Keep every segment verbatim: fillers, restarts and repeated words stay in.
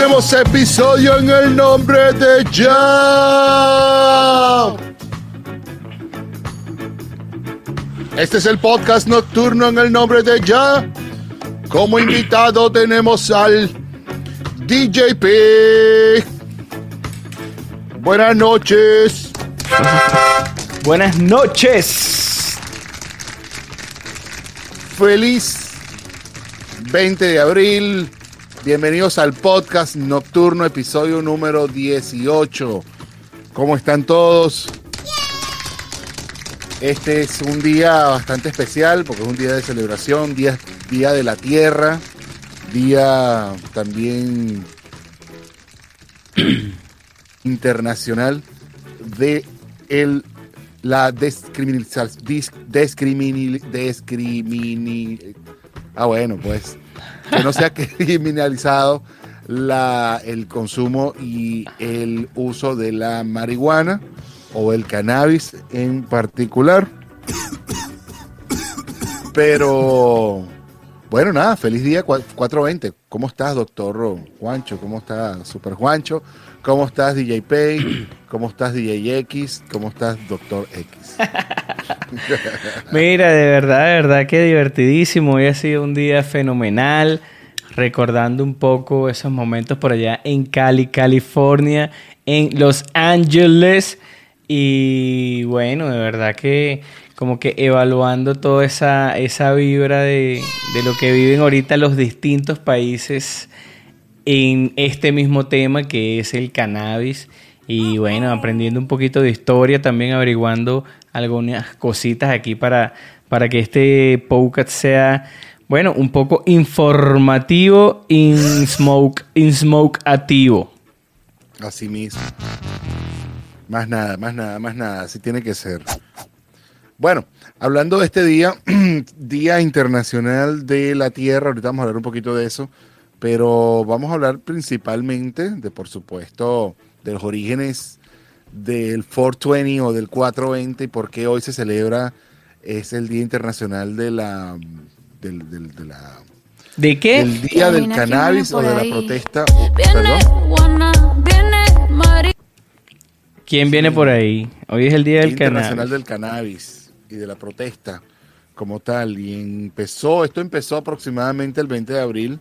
tenemos episodio en el nombre de Ya. Este es el podcast nocturno en el nombre de Ya. Como invitado tenemos al D J P. Buenas noches. Buenas noches. Feliz veinte de abril. Bienvenidos al podcast nocturno, episodio número dieciocho. ¿Cómo están todos? Este es un día bastante especial porque es un día de celebración, día, día de la tierra, día también internacional de el, la descriminalización. Descriminal, descriminal, ah, bueno, pues que no sea criminalizado la, el consumo y el uso de la marihuana o el cannabis en particular. Pero bueno, nada, feliz día cuatro veinte. ¿Cómo estás, doctor Juancho? ¿Cómo estás, Super Juancho? ¿Cómo estás, D J Pay? ¿Cómo estás, D J X? ¿Cómo estás, doctor X? Mira, de verdad, de verdad que divertidísimo. Hoy ha sido un día fenomenal, recordando un poco esos momentos por allá en Cali, California, en Los Ángeles. Y bueno, de verdad que como que evaluando toda esa, esa vibra de, de lo que viven ahorita los distintos países en este mismo tema que es el cannabis. Y bueno, aprendiendo un poquito de historia, también averiguando algunas cositas aquí para, para que este podcast sea, bueno, un poco informativo, in smoke, in smoke ativo. Así mismo. Más nada, más nada, más nada. Así tiene que ser. Bueno, hablando de este día, Día Internacional de la Tierra, ahorita vamos a hablar un poquito de eso, pero vamos a hablar principalmente de, por supuesto, de los orígenes del cuatrocientos veinte o del cuatrocientos veinte y por qué hoy se celebra, es el Día Internacional de la... Del, del, de la ¿De qué? El Día del Cannabis o de la protesta. Viene, ¿Quién viene sí. por ahí? Hoy es el Día del Día Cannabis. Internacional del Cannabis y de la protesta como tal. Y empezó, esto empezó aproximadamente el veinte de abril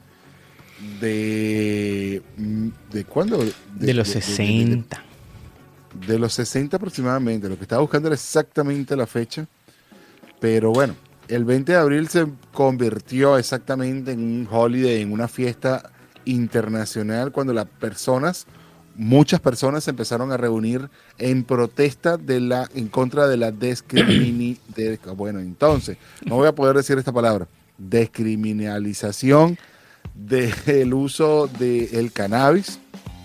de... ¿De cuándo? De, de los de, sesenta. De, de, de los sesenta aproximadamente. Lo que estaba buscando era exactamente la fecha. Pero bueno, el veinte de abril se convirtió exactamente en un holiday, en una fiesta internacional cuando las personas... Muchas personas se empezaron a reunir en protesta de la, en contra de la descriminalización. Bueno, entonces, no voy a poder decir esta palabra. Descriminalización del uso del cannabis.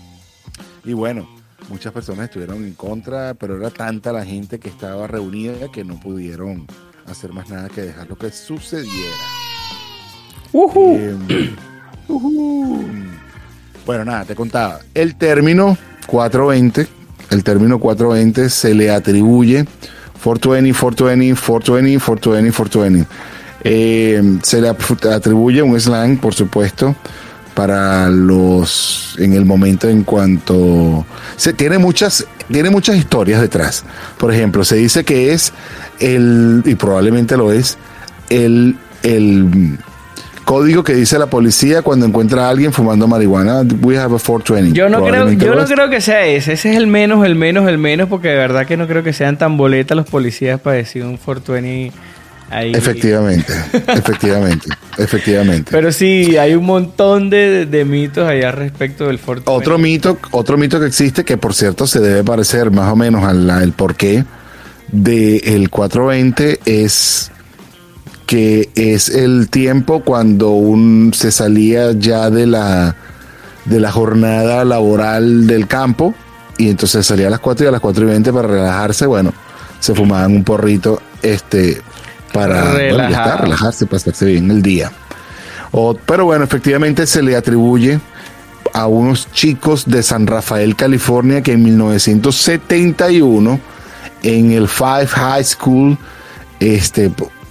Y bueno, muchas personas estuvieron en contra, pero era tanta la gente que estaba reunida que no pudieron hacer más nada que dejar lo que sucediera. Uh-huh. Eh, uh-huh. Bueno, nada, te contaba. El término cuatrocientos veinte, el término cuatrocientos veinte se le atribuye cuatrocientos veinte, cuatrocientos veinte, cuatrocientos veinte, cuatrocientos veinte. Eh, se le atribuye un slang, por supuesto, para los en el momento en cuanto se tiene muchas tiene muchas historias detrás. Por ejemplo, se dice que es el y probablemente lo es el el código que dice la policía cuando encuentra a alguien fumando marihuana. We have a cuatrocientos veinte. Yo no creo, yo no creo que sea ese. Ese es el menos, el menos, el menos, porque de verdad que no creo que sean tan boletas los policías para decir un cuatrocientos veinte ahí. Efectivamente, efectivamente, efectivamente. Pero sí, hay un montón de, de mitos allá respecto del cuatrocientos veinte. Otro mito, otro mito que existe, que por cierto se debe parecer más o menos al porqué del cuatrocientos veinte, es que es el tiempo cuando un se salía ya de la de la jornada laboral del campo y entonces salía a las cuatro y a las cuatro y veinte para relajarse. Bueno, se fumaban un porrito este para bueno, ya está, relajarse, pasarse bien el día. O, pero bueno, efectivamente se le atribuye a unos chicos de San Rafael, California, que en mil novecientos setenta y uno en el Five High School este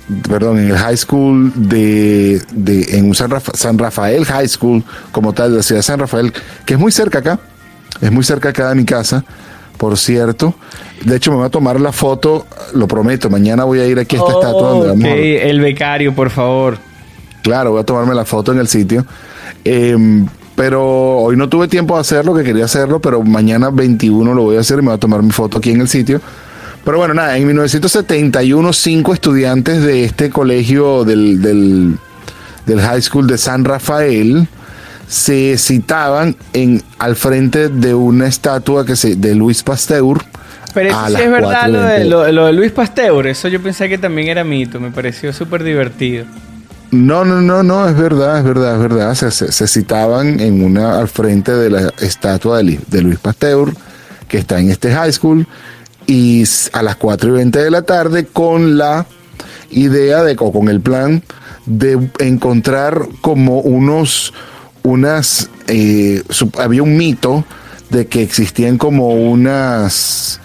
perdón, en el high school de, de en un San, Rafa, San Rafael High School, como tal, de la ciudad de San Rafael, que es muy cerca acá, es muy cerca acá de mi casa, por cierto. De hecho, me voy a tomar la foto, lo prometo, mañana voy a ir aquí a esta oh, estatua donde vamos a... el becario, por favor. Claro, voy a tomarme la foto en el sitio. Eh, pero hoy no tuve tiempo de hacerlo, que quería hacerlo, pero mañana veintiuno lo voy a hacer y me voy a tomar mi foto aquí en el sitio. Pero bueno, nada, en mil novecientos setenta y uno, cinco estudiantes de este colegio del, del, del High School de San Rafael se citaban en, al frente de una estatua que se, de Luis Pasteur. Pero eso sí es verdad, lo de, lo, lo de Luis Pasteur. Eso yo pensé que también era mito. Me pareció súper divertido. No, no, no, no, es verdad, es verdad, es verdad. Se, se, se citaban en una, al frente de la estatua de, de Luis Pasteur, que está en este high school, y a las cuatro y veinte de la tarde, con la idea de, o con el plan de encontrar como unos, unas, eh, había un mito de que existían como unas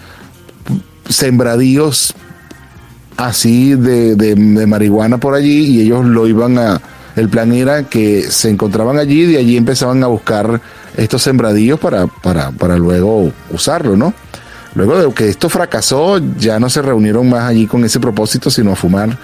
sembradíos así de, de, de marihuana por allí, y ellos lo iban a, el plan era que se encontraban allí y de allí empezaban a buscar estos sembradíos para, para, para luego usarlo, ¿no? Luego de que esto fracasó, ya no se reunieron más allí con ese propósito, sino a fumar,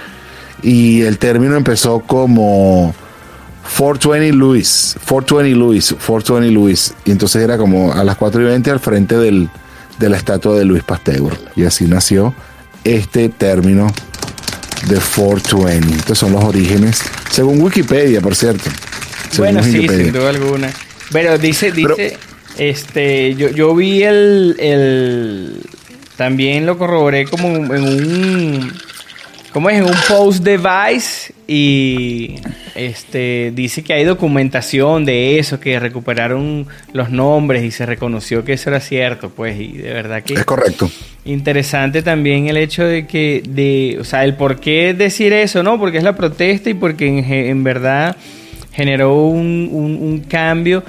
y el término empezó como cuatrocientos veinte Louis, cuatrocientos veinte Louis, cuatrocientos veinte Louis, y entonces era como a las cuatro y veinte al frente del, de la estatua de Luis Pasteur, y así nació este término de cuatrocientos veinte. Estos son los orígenes, según Wikipedia, por cierto. Bueno, sí, Wikipedia. Sin duda alguna. Pero dice, dice, Pero, este, yo, yo vi el, el, también lo corroboré como en un, ¿cómo es? En un post de Vice, y este dice que hay documentación de eso, que recuperaron los nombres y se reconoció que eso era cierto, pues, y de verdad que es correcto. Interesante también el hecho de que, de, o sea, el por qué decir eso, ¿no? Porque es la protesta y porque en, en verdad generó un, un, un cambio.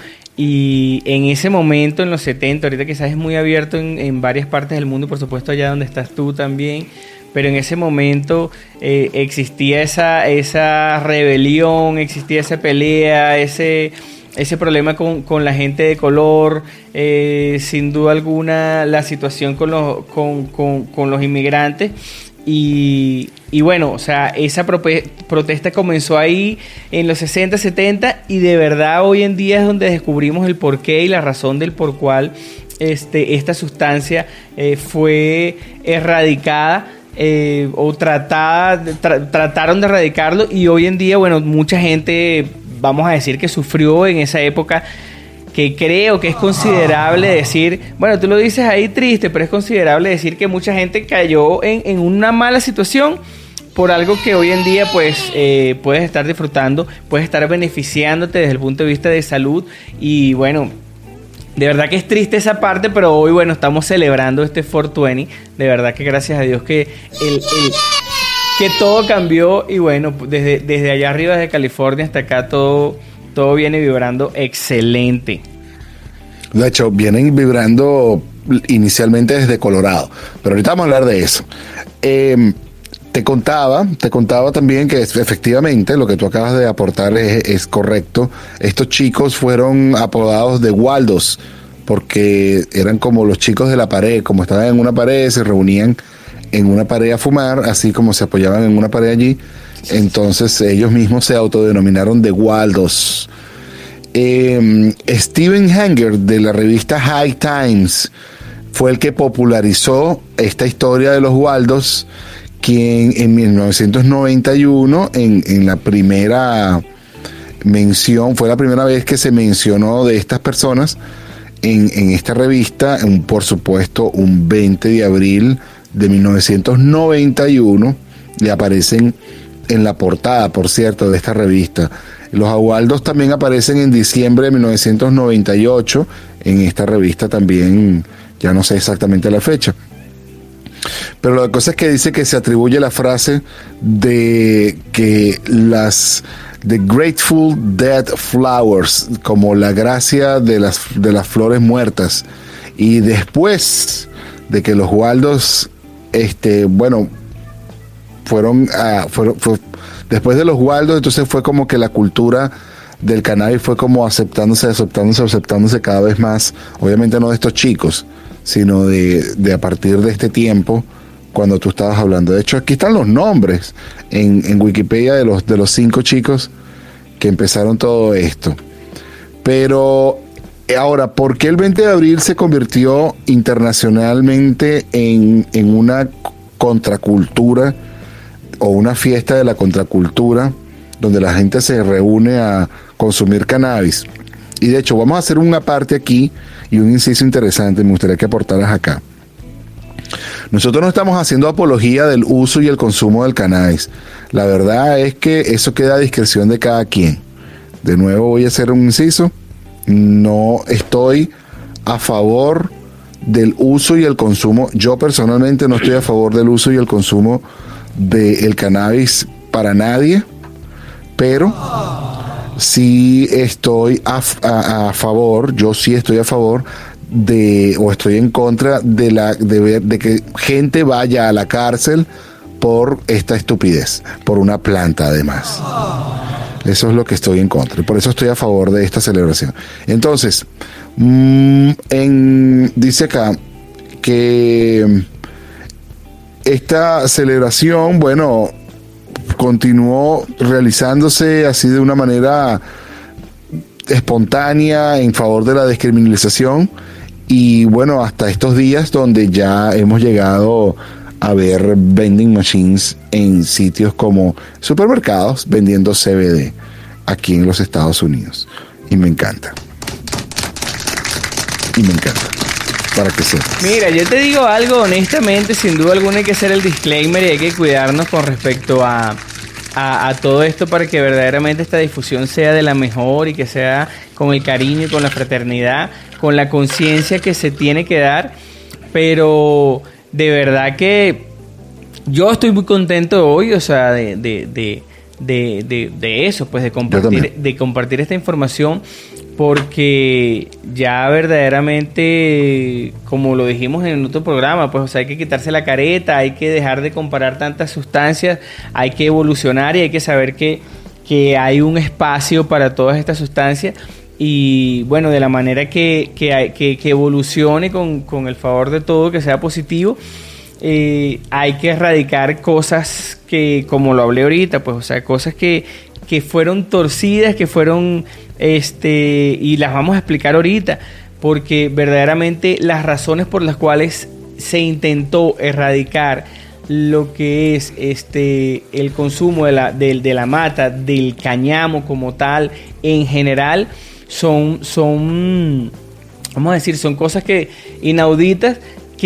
Y en ese momento, en los setenta, ahorita quizás es muy abierto en, en varias partes del mundo, por supuesto allá donde estás tú también, pero en ese momento eh, existía esa, esa rebelión, existía esa pelea, ese... ese problema con, con la gente de color, eh, sin duda alguna la situación con los, con, con, con los inmigrantes, y, y bueno, o sea, esa pro- protesta comenzó ahí en los sesenta, setenta, y de verdad hoy en día es donde descubrimos el porqué y la razón del por cual este, esta sustancia eh, fue erradicada. Eh, o tratada, tra- trataron de erradicarlo, y hoy en día, bueno, mucha gente, vamos a decir, que sufrió en esa época, que creo que es considerable decir, bueno, tú lo dices ahí triste, pero es considerable decir que mucha gente cayó en, en una mala situación por algo que hoy en día pues eh, puedes estar disfrutando, puedes estar beneficiándote desde el punto de vista de salud. Y bueno, de verdad que es triste esa parte, pero hoy, bueno, estamos celebrando este cuatrocientos veinte. De verdad que gracias a Dios que el... el que todo cambió, y bueno, desde, desde allá arriba, desde California hasta acá, todo, todo viene vibrando excelente. De hecho, vienen vibrando inicialmente desde Colorado, pero ahorita vamos a hablar de eso. Eh, te contaba, te contaba también que efectivamente lo que tú acabas de aportar es, es correcto. Estos chicos fueron apodados de Waldos, porque eran como los chicos de la pared, como estaban en una pared, se reunían en una pared a fumar, así como se apoyaban en una pared allí, entonces ellos mismos se autodenominaron The Waldos. Eh, Steven Hanger, de la revista High Times, fue el que popularizó esta historia de los Waldos, quien en mil novecientos noventa y uno, en, en la primera mención, fue la primera vez que se mencionó de estas personas en, en esta revista, un, por supuesto, un veinte de abril de mil novecientos noventa y uno, le aparecen en la portada, por cierto, de esta revista. Los Waldos también aparecen en diciembre de mil novecientos noventa y ocho, en esta revista también, ya no sé exactamente la fecha. Pero la cosa es que dice que se atribuye la frase de que las The Grateful Dead Flowers, como la gracia de las, de las flores muertas, y después de que los Waldos, este, bueno, fueron, a, fueron fue, después de los Waldos, entonces fue como que la cultura del cannabis fue como aceptándose, aceptándose, aceptándose cada vez más, obviamente no de estos chicos, sino de, de a partir de este tiempo, cuando tú estabas hablando. De hecho, aquí están los nombres en, en Wikipedia de los, de los cinco chicos que empezaron todo esto. Pero ahora, ¿por qué el veinte de abril se convirtió internacionalmente en, en una contracultura o una fiesta de la contracultura donde la gente se reúne a consumir cannabis? Y de hecho, vamos a hacer una parte aquí y un inciso interesante, me gustaría que aportaras acá. Nosotros no estamos haciendo apología del uso y el consumo del cannabis. La verdad es que eso queda a discreción de cada quien. De nuevo voy a hacer un inciso. No estoy a favor del uso y el consumo. Yo personalmente no estoy a favor del uso y el consumo del cannabis para nadie, pero sí estoy a, a, a favor, yo sí estoy a favor de, o estoy en contra de la de ver de que gente vaya a la cárcel por esta estupidez, por una planta además. Eso es lo que estoy en contra, y por eso estoy a favor de esta celebración. Entonces, mmm, en, dice acá que esta celebración, bueno, continuó realizándose así de una manera espontánea en favor de la descriminalización, y bueno, hasta estos días donde ya hemos llegado a ver vending machines en sitios como supermercados vendiendo C B D aquí en los Estados Unidos. Y me encanta. Y me encanta. Para que sepas. Mira, yo te digo algo honestamente, sin duda alguna hay que hacer el disclaimer y hay que cuidarnos con respecto a, a, a todo esto para que verdaderamente esta difusión sea de la mejor y que sea con el cariño y con la fraternidad, con la conciencia que se tiene que dar, pero de verdad que yo estoy muy contento hoy, o sea, de, de, de, de, de, de eso, pues de compartir, de compartir esta información, porque ya verdaderamente, como lo dijimos en otro programa, pues o sea, hay que quitarse la careta, hay que dejar de comparar tantas sustancias, hay que evolucionar y hay que saber que, que hay un espacio para todas estas sustancias. Y bueno, de la manera que, que, que, que evolucione con, con el favor de todo, que sea positivo, eh, hay que erradicar cosas que, como lo hablé ahorita, pues, o sea, cosas que, que fueron torcidas, que fueron, este, y las vamos a explicar ahorita, porque verdaderamente las razones por las cuales se intentó erradicar lo que es este el consumo de la, de, de la mata, del cáñamo como tal, en general, son, son, vamos a decir, son cosas que inauditas,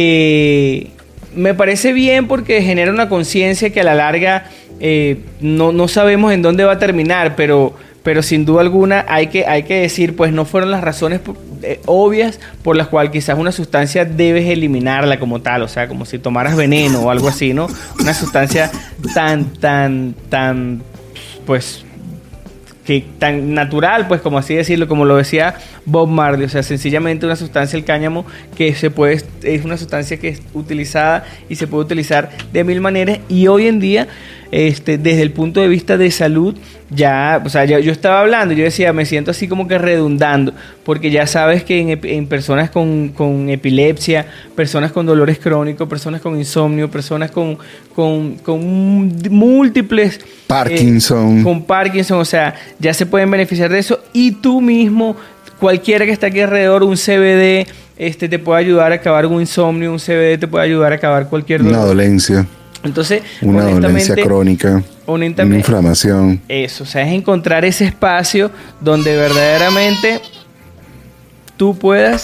que me parece bien porque genera una conciencia que a la larga eh, no, no sabemos en dónde va a terminar, pero, pero sin duda alguna hay que, hay que decir, pues no fueron las razones eh, obvias por las cuales quizás una sustancia debes eliminarla como tal, o sea, como si tomaras veneno o algo así, ¿no? Una sustancia tan, tan, tan, pues, que tan natural, pues, como así decirlo, como lo decía Bob Marley, o sea, sencillamente una sustancia, el cáñamo, que se puede, es una sustancia que es utilizada y se puede utilizar de mil maneras, y hoy en día, este, desde el punto de vista de salud, ya, o sea, yo, yo estaba hablando, yo decía, me siento así como que redundando, porque ya sabes que en, en personas con, con epilepsia, personas con dolores crónicos, personas con insomnio, personas con, con, con múltiples Parkinson, eh, con Parkinson, o sea, ya se pueden beneficiar de eso, y tú mismo, cualquiera que está aquí alrededor, un C B D este, te puede ayudar a acabar un insomnio, un C B D te puede ayudar a acabar cualquier dolor. Una dolencia. Entonces, una dolencia crónica, una inflamación. Eso, o sea, es encontrar ese espacio donde verdaderamente tú puedas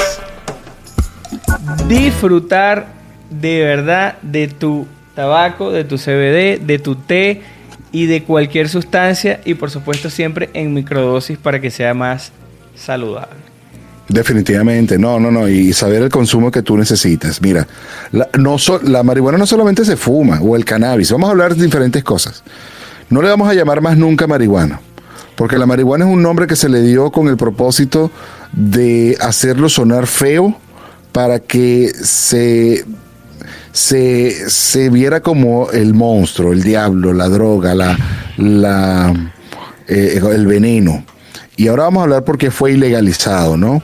disfrutar de verdad de tu tabaco, de tu C B D, de tu té y de cualquier sustancia, y por supuesto siempre en microdosis para que sea más saludable. Definitivamente, no, no, no, y saber el consumo que tú necesitas. Mira, la, no so, la marihuana no solamente se fuma, o el cannabis, vamos a hablar de diferentes cosas. No le vamos a llamar más nunca marihuana, porque la marihuana es un nombre que se le dio con el propósito de hacerlo sonar feo para que se, se, se viera como el monstruo, el diablo, la droga, la, la, eh, el veneno. Y ahora vamos a hablar por qué fue ilegalizado, ¿no?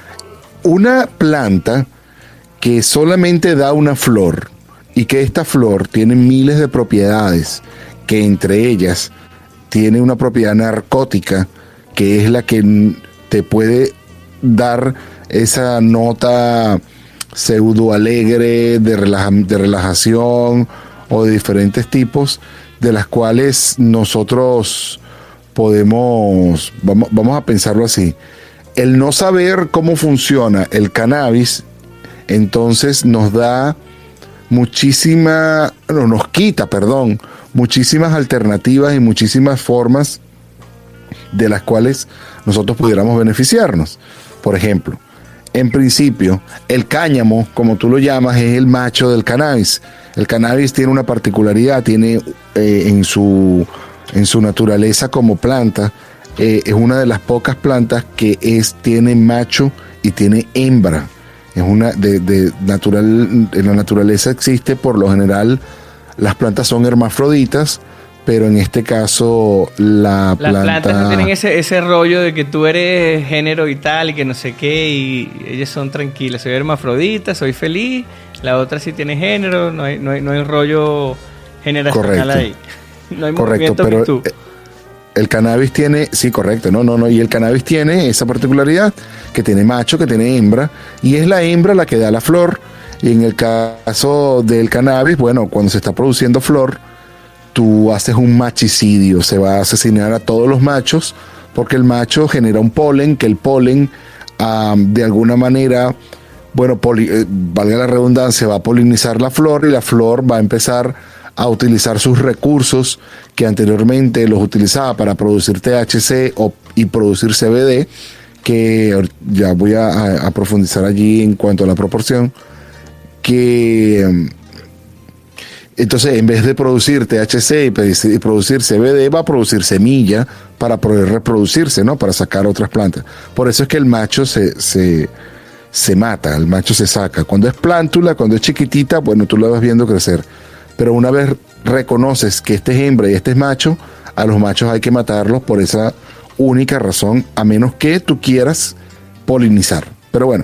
Una planta que solamente da una flor y que esta flor tiene miles de propiedades, que entre ellas tiene una propiedad narcótica, que es la que te puede dar esa nota pseudo alegre de, relaja, de relajación o de diferentes tipos, de las cuales nosotros podemos, vamos, vamos a pensarlo así, el no saber cómo funciona el cannabis, entonces nos da muchísima, no, nos quita, perdón, muchísimas alternativas y muchísimas formas de las cuales nosotros pudiéramos beneficiarnos. Por ejemplo, en principio, el cáñamo, como tú lo llamas, es el macho del cannabis. El cannabis tiene una particularidad, tiene eh, en su, en su naturaleza como planta, eh, es una de las pocas plantas que es, tiene macho y tiene hembra. Es una de, de natural, en la naturaleza existe, por lo general, las plantas son hermafroditas, pero en este caso la planta... Las plantas no tienen ese, ese rollo de que tú eres género y tal y que no sé qué, y ellas son tranquilas. Soy hermafrodita, soy feliz, la otra sí tiene género, no hay, no hay, no hay rollo generacional. Correcto. Ahí. No hay correcto, movimiento pero que tú. El cannabis tiene, sí, correcto, no, no, no, y el cannabis tiene esa particularidad, que tiene macho, que tiene hembra, y es la hembra la que da la flor. Y en el caso del cannabis, bueno, cuando se está produciendo flor, tú haces un machicidio, se va a asesinar a todos los machos, porque el macho genera un polen, que el polen um, de alguna manera, bueno, poli, eh, valga la redundancia, va a polinizar la flor, y la flor va a empezar a utilizar sus recursos que anteriormente los utilizaba para producir T H C o, y producir C B D, que ya voy a, a profundizar allí en cuanto a la proporción, que entonces en vez de producir T H C y producir C B D, va a producir semilla para poder reproducirse, ¿no? Para sacar otras plantas. Por eso es que el macho se, se, se mata, el macho se saca. Cuando es plántula, cuando es chiquitita, bueno, tú la vas viendo crecer. Pero una vez reconoces que este es hembra y este es macho, a los machos hay que matarlos por esa única razón, a menos que tú quieras polinizar. Pero bueno,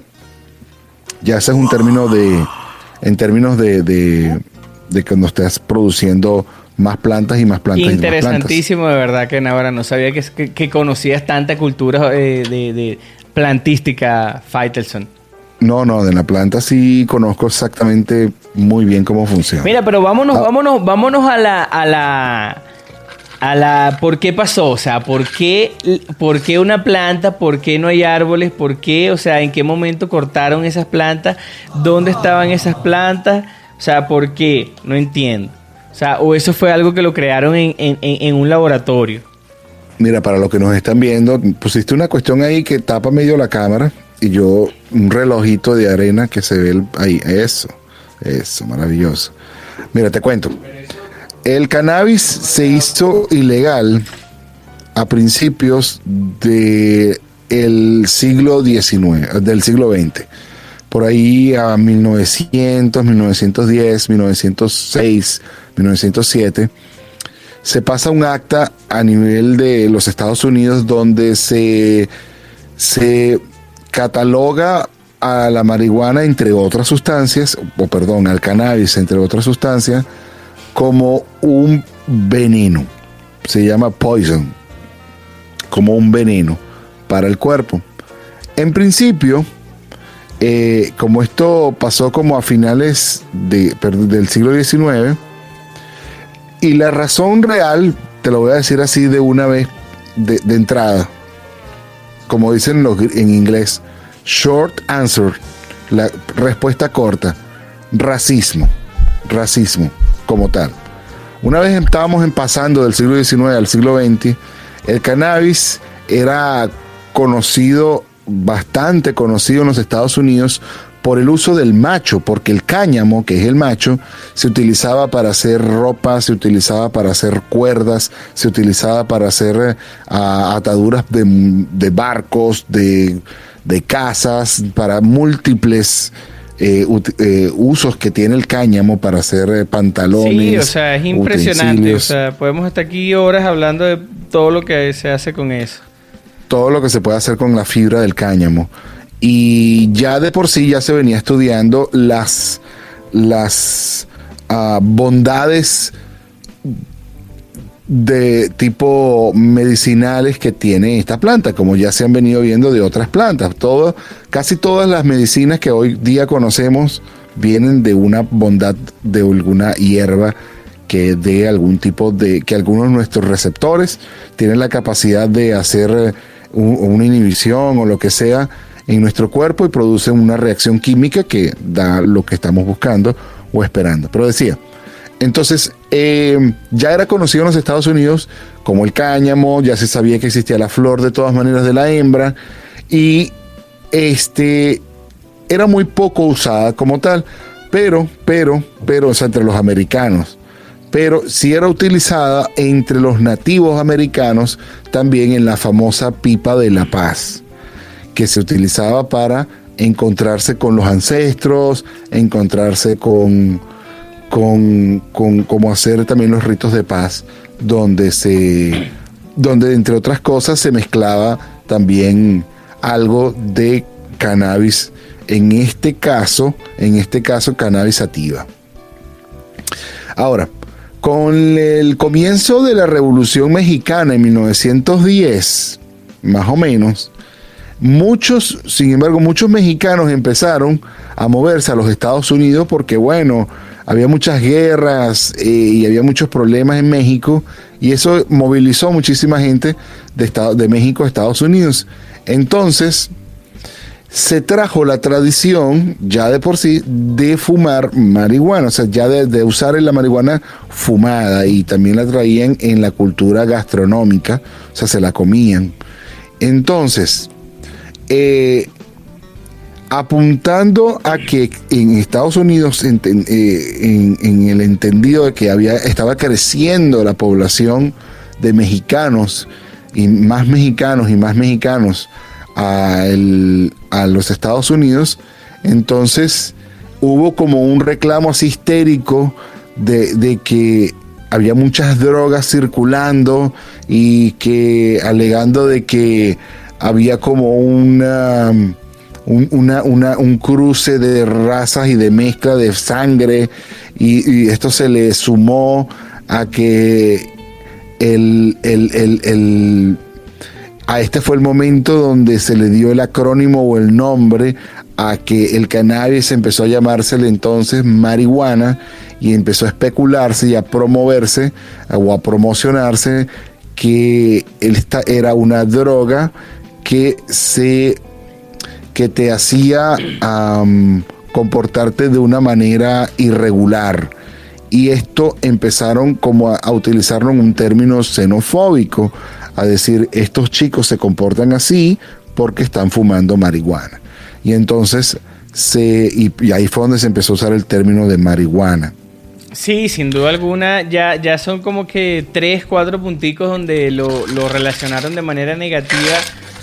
ya ese es un término de, en términos de, de, de cuando estés produciendo más plantas y más plantas. Interesantísimo, y más plantas. De verdad que ahora no sabía que, que, que conocías tanta cultura eh, de, de plantística, Faitelson. No, no, de la planta sí conozco exactamente muy bien cómo funciona. Mira, pero vámonos, ah. vámonos, vámonos a la, a la, a la, ¿por qué pasó? O sea, ¿por qué, por qué una planta? ¿Por qué no hay árboles? ¿Por qué? O sea, ¿en qué momento cortaron esas plantas? ¿Dónde estaban esas plantas? O sea, ¿por qué? No entiendo. O sea, o eso fue algo que lo crearon en, en, en un laboratorio. Mira, para los que nos están viendo, pusiste una cuestión ahí que tapa medio la cámara. Y yo, un relojito de arena que se ve ahí. Eso, eso, maravilloso. Mira, te cuento. El cannabis se hizo ilegal a principios del siglo diecinueve, del siglo veinte. Por ahí a mil novecientos, mil novecientos diez, mil novecientos seis, mil novecientos siete, se pasa un acta a nivel de los Estados Unidos donde se... se cataloga a la marihuana, entre otras sustancias, o perdón, al cannabis, entre otras sustancias, como un veneno. Se llama poison, como un veneno para el cuerpo. En principio, eh, como esto pasó como a finales de, del siglo diecinueve, y la razón real, te lo voy a decir así de una vez, de, de entrada, como dicen los, en inglés, short answer, la respuesta corta, racismo, racismo como tal. Una vez estábamos pasando del siglo diecinueve al siglo veinte, el cannabis era conocido, bastante conocido en los Estados Unidos por el uso del macho, porque el cáñamo, que es el macho, se utilizaba para hacer ropa, se utilizaba para hacer cuerdas, se utilizaba para hacer uh, ataduras de, de barcos, de, de casas, para múltiples eh, ut- eh, usos que tiene el cáñamo para hacer eh, pantalones. Sí, o sea, es impresionante. utensilios. O sea, podemos estar aquí horas hablando de todo lo que se hace con eso. Todo lo que se puede hacer con la fibra del cáñamo. Y ya de por sí ya se venía estudiando las, las uh, bondades de tipo medicinales que tiene esta planta, como ya se han venido viendo de otras plantas. Todo, casi todas las medicinas que hoy día conocemos vienen de una bondad de alguna hierba que dé algún tipo de, que algunos de nuestros receptores tienen la capacidad de hacer un, una inhibición o lo que sea en nuestro cuerpo y producen una reacción química que da lo que estamos buscando o esperando. Pero decía, entonces eh, ya era conocido en los Estados Unidos como el cáñamo, ya se sabía que existía la flor de todas maneras de la hembra y este era muy poco usada como tal, pero, pero, pero, o sea, entre los americanos. Pero sí era utilizada entre los nativos americanos también en la famosa pipa de la paz, que se utilizaba para encontrarse con los ancestros, encontrarse con, con, con cómo hacer también los ritos de paz, donde se, donde entre otras cosas se mezclaba también algo de cannabis, en este caso, en este caso cannabis sativa. Ahora, con el comienzo de la Revolución Mexicana en mil novecientos diez, más o menos, muchos, sin embargo, muchos mexicanos empezaron a moverse a los Estados Unidos porque, bueno, había muchas guerras eh, y había muchos problemas en México y eso movilizó muchísima gente de, Estado, de México a Estados Unidos. Entonces, se trajo la tradición ya de por sí de fumar marihuana, o sea, ya de, de usar la marihuana fumada, y también la traían en la cultura gastronómica, o sea, se la comían. Entonces, eh, apuntando a que en Estados Unidos, en, eh, en, en el entendido de que había, estaba creciendo la población de mexicanos, y más mexicanos y más mexicanos, A, el, a los Estados Unidos, entonces hubo como un reclamo así histérico de, de que había muchas drogas circulando y que alegando de que había como una, un, una, una, un cruce de razas y de mezcla de sangre, y, y esto se le sumó a que el, el, el, el a este fue el momento donde se le dio el acrónimo o el nombre a que el cannabis empezó a llamársele entonces marihuana, y empezó a especularse y a promoverse o a promocionarse que esta era una droga que se que te hacía um, comportarte de una manera irregular. Y esto empezaron como a, a utilizarlo en un término xenofóbico, a decir, estos chicos se comportan así porque están fumando marihuana. Y entonces, se, y, y ahí fue donde se empezó a usar el término de marihuana. Sí, sin duda alguna, ya, ya son como que tres, cuatro punticos donde lo, lo relacionaron de manera negativa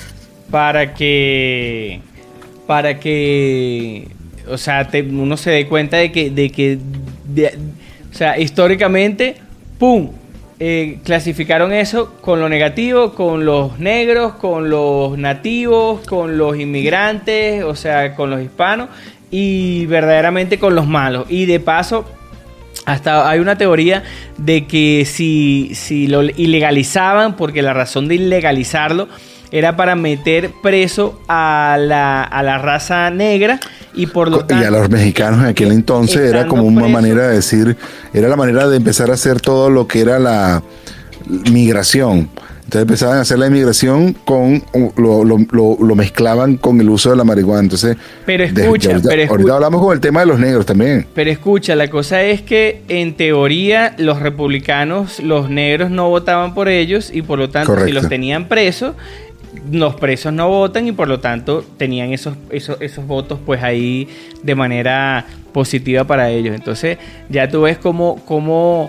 para que, para que, o sea, te, uno se dé cuenta de que, de que, de, o sea, históricamente, ¡pum!, Eh, clasificaron eso con lo negativo, con los negros, con los nativos, con los inmigrantes, o sea, con los hispanos, y verdaderamente con los malos. Y de paso, hasta hay una teoría de que si, si lo ilegalizaban, porque la razón de ilegalizarlo era para meter preso a la, a la raza negra, y por lo tanto, y a los mexicanos en aquel entonces era como una preso. manera de decir, era la manera de empezar a hacer todo lo que era la migración. Entonces empezaban a hacer la inmigración con lo, lo, lo, lo mezclaban con el uso de la marihuana. Entonces, pero escucha, de, ahorita, pero escucha, ahorita hablamos con el tema de los negros también. Pero escucha, la cosa es que en teoría los republicanos, los negros no votaban por ellos, y por lo tanto, correcto, si los tenían presos, los presos no votan, y por lo tanto tenían esos, esos, esos votos pues ahí de manera positiva para ellos. Entonces ya tú ves cómo, cómo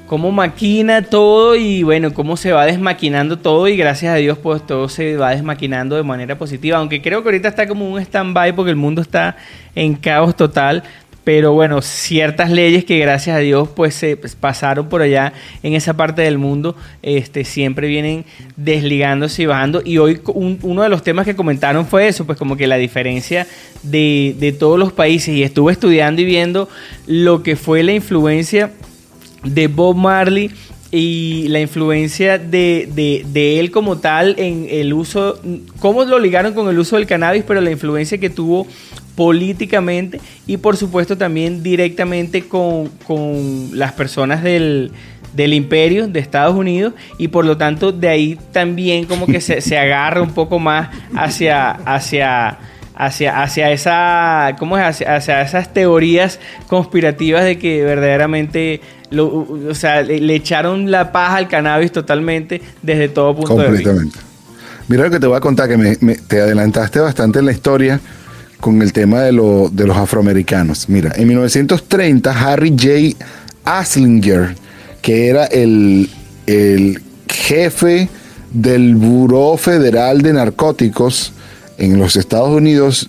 cómo maquina todo y bueno, cómo se va desmaquinando todo y gracias a Dios pues todo se va desmaquinando de manera positiva, aunque creo que ahorita está como un stand-by porque el mundo está en caos total, pero bueno, ciertas leyes que gracias a Dios pues se pues, pasaron por allá en esa parte del mundo, este, siempre vienen desligándose y bajando, y hoy un, uno de los temas que comentaron fue eso, pues como que la diferencia de, de todos los países, y estuve estudiando y viendo lo que fue la influencia de Bob Marley y la influencia de, de, de él como tal en el uso, cómo lo ligaron con el uso del cannabis, pero la influencia que tuvo políticamente y por supuesto también directamente con, con las personas del, del imperio de Estados Unidos, y por lo tanto de ahí también como que se, se agarra un poco más hacia... hacia Hacia, hacia esa, ¿cómo es? Hacia, hacia esas teorías conspirativas de que verdaderamente lo, o sea, le, le echaron la paja al cannabis totalmente desde todo punto de vista. Completamente. Mira lo que te voy a contar, que me, me, te adelantaste bastante en la historia con el tema de, lo, de los afroamericanos. Mira, en mil novecientos treinta, Harry J. Anslinger, que era el, el jefe del Buró Federal de Narcóticos en los Estados Unidos,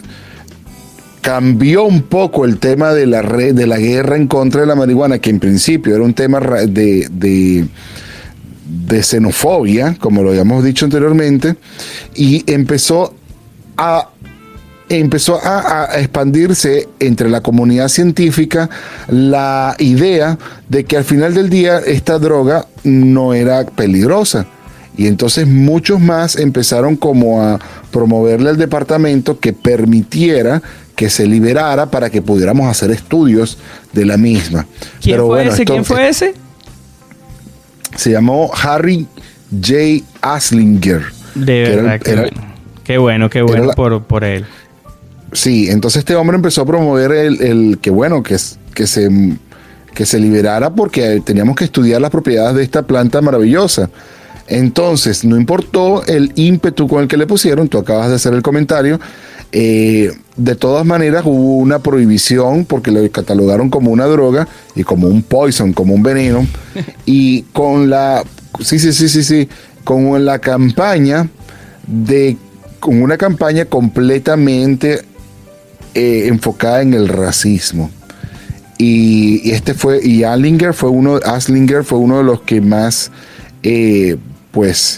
cambió un poco el tema de la red, de la guerra en contra de la marihuana, que en principio era un tema de, de, de xenofobia, como lo habíamos dicho anteriormente, y empezó a empezó a, a expandirse entre la comunidad científica la idea de que al final del día esta droga no era peligrosa. Y entonces muchos más empezaron como a promoverle al departamento que permitiera que se liberara para que pudiéramos hacer estudios de la misma. ¿Quién Pero fue bueno, ese? esto, ¿Quién fue ese? Se llamó Harry J. Anslinger. De verdad, que era, qué, bueno. qué bueno, qué bueno la, por, por él. Sí, entonces este hombre empezó a promover el, el que bueno, que, que, se, que se liberara porque teníamos que estudiar las propiedades de esta planta maravillosa. Entonces, no importó el ímpetu con el que le pusieron, tú acabas de hacer el comentario, eh, de todas maneras hubo una prohibición porque lo catalogaron como una droga y como un poison, como un veneno, y con la, sí, sí, sí, sí, sí, con la campaña de, con una campaña completamente eh, enfocada en el racismo. Y, y este fue, y Anslinger fue uno, Anslinger fue uno de los que más eh, pues,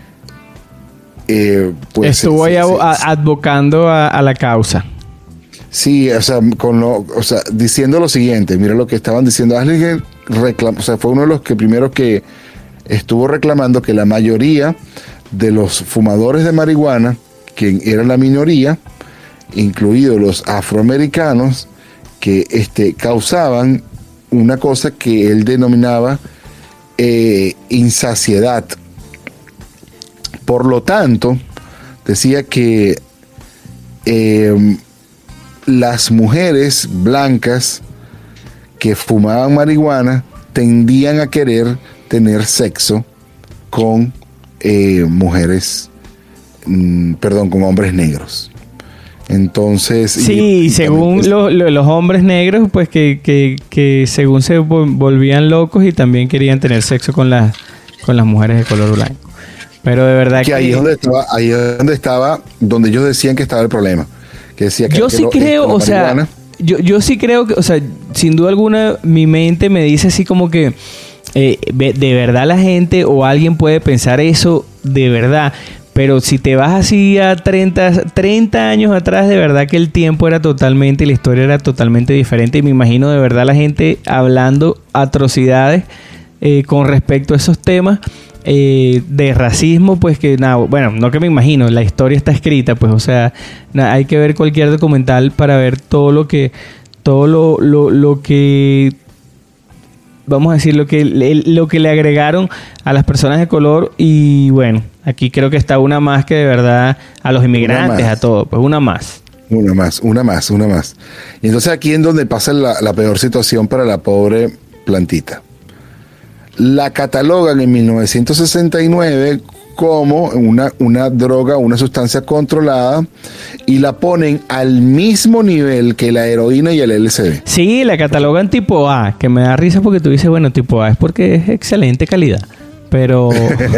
eh, pues estuvo ahí sí, sí, advocando a, a la causa. Sí, o sea, con lo, o sea, diciendo lo siguiente, mira lo que estaban diciendo. Anslinger reclam, o sea, fue uno de los que primeros que estuvo reclamando que la mayoría de los fumadores de marihuana, que eran la minoría, incluidos los afroamericanos, que este, causaban una cosa que él denominaba eh, insaciedad. Por lo tanto, decía que eh, las mujeres blancas que fumaban marihuana tendían a querer tener sexo con eh, mujeres, mm, perdón, con hombres negros. Entonces... Sí, y, y según es, lo, lo, los hombres negros, pues que, que, que según se volvían locos y también querían tener sexo con las, con las mujeres de color blanco. Pero de verdad que... que ahí es donde estaba, ahí es donde estaba, donde ellos decían que estaba el problema. Que decía que yo sí lo, creo, o sea, yo, yo sí creo que, o sea, sin duda alguna, mi mente me dice así como que eh, de verdad la gente o alguien puede pensar eso de verdad. Pero si te vas así a treinta, treinta años atrás, de verdad que el tiempo era totalmente, y la historia era totalmente diferente. Y me imagino de verdad la gente hablando atrocidades eh, con respecto a esos temas eh, de racismo, pues que nada, bueno, no que me imagino, la historia está escrita, pues, o sea, nada, hay que ver cualquier documental para ver todo lo que, todo lo, lo, lo que... vamos a decir, lo que, lo que le agregaron a las personas de color. Y bueno, aquí creo que está una más que de verdad a los inmigrantes, a todo. Pues una más. Una más, una más, una más. Y entonces aquí es donde pasa la, la peor situación para la pobre plantita. la catalogan en mil novecientos sesenta y nueve como una, una droga, una sustancia controlada, y la ponen al mismo nivel que la heroína y el L S D. Sí, la catalogan tipo A, que me da risa porque tú dices, bueno, tipo A es porque es excelente calidad. Pero...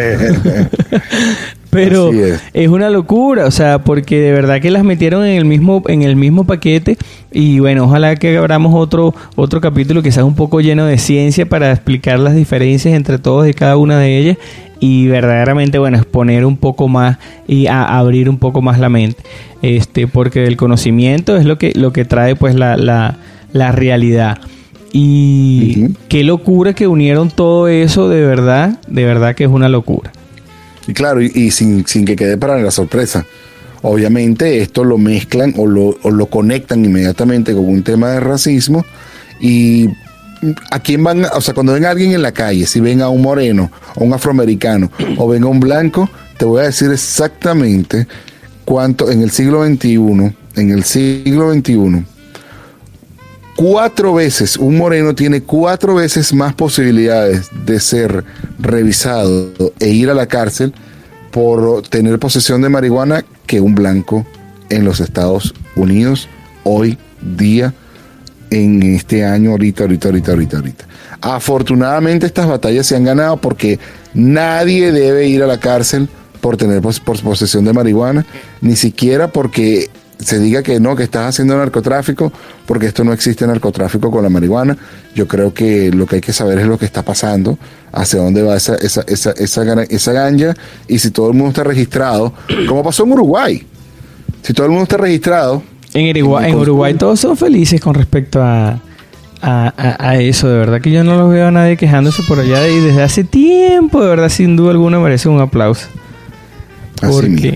pero es. es una locura, o sea, porque de verdad que las metieron en el mismo en el mismo paquete. Y bueno, ojalá que abramos otro otro capítulo quizás un poco lleno de ciencia para explicar las diferencias entre todos y cada una de ellas, y verdaderamente, bueno, exponer un poco más y a abrir un poco más la mente, este porque el conocimiento es lo que lo que trae pues la la, la realidad. Y uh-huh. Qué locura que unieron todo eso, de verdad, de verdad que es una locura. Y claro, y, y sin, sin que quede para la sorpresa. Obviamente esto lo mezclan o lo, o lo conectan inmediatamente con un tema de racismo. Y a quién van, o sea, cuando ven a alguien en la calle, si ven a un moreno, o un afroamericano, o ven a un blanco, te voy a decir exactamente cuánto en el siglo veintiuno, en el siglo veintiuno, cuatro veces, un moreno tiene cuatro veces más posibilidades de ser revisado e ir a la cárcel por tener posesión de marihuana que un blanco en los Estados Unidos hoy día, en este año, ahorita, ahorita, ahorita, ahorita, ahorita. Afortunadamente estas batallas se han ganado porque nadie debe ir a la cárcel por tener pos- por posesión de marihuana, ni siquiera porque se diga que no, que estás haciendo narcotráfico, porque esto no existe narcotráfico con la marihuana. Yo creo que lo que hay que saber es lo que está pasando, hacia dónde va esa, esa, esa, esa, esa ganja, y si todo el mundo está registrado, como pasó en Uruguay. Si todo el mundo está registrado... En Uruguay, en Uruguay todos son felices con respecto a, a, a, a eso. De verdad que yo no los veo a nadie quejándose por allá, y desde hace tiempo, de verdad, sin duda alguna, merece un aplauso. Porque...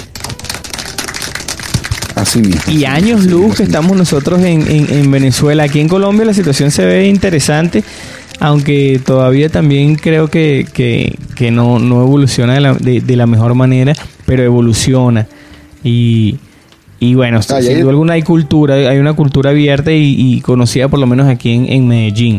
Así mismo. Y años luz que estamos nosotros en, en, en Venezuela. Aquí en Colombia la situación se ve interesante, aunque todavía también creo que, que, que no, no evoluciona de la, de, de la mejor manera, pero evoluciona. Y, y bueno, ah, sin duda alguna hay cultura, hay una cultura abierta y, y conocida por lo menos aquí en, en Medellín.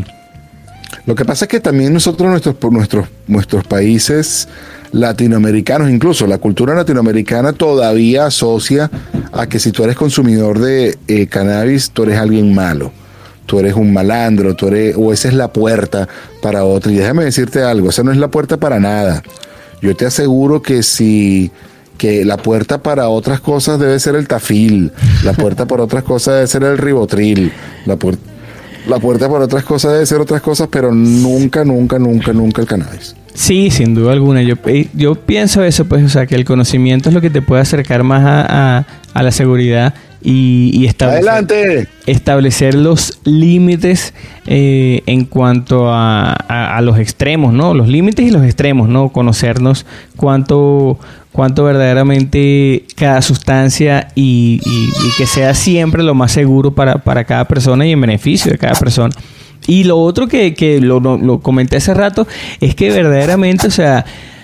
Lo que pasa es que también nosotros, nuestros, nuestros, nuestros países latinoamericanos, incluso la cultura latinoamericana todavía asocia a que si tú eres consumidor de eh, cannabis, tú eres alguien malo, tú eres un malandro, tú eres, o esa es la puerta para otro. Y déjame decirte algo, esa no es la puerta para nada. Yo te aseguro que si que la puerta para otras cosas debe ser el tafil, la puerta para otras cosas debe ser el ribotril, la puerta La puerta para otras cosas debe ser otras cosas, pero nunca, nunca, nunca, nunca el cannabis. Sí, sin duda alguna. Yo, yo pienso eso, pues, o sea, que el conocimiento es lo que te puede acercar más a, a, a la seguridad y, y establecer, ¡Adelante! establecer los límites eh, en cuanto a, a, a los extremos, ¿no? Los límites y los extremos, ¿no? Conocernos cuánto... cuánto verdaderamente cada sustancia y, y, y que sea siempre lo más seguro para, para cada persona y en beneficio de cada persona. Y lo otro que, que lo, lo, lo comenté hace rato es que verdaderamente, o sea,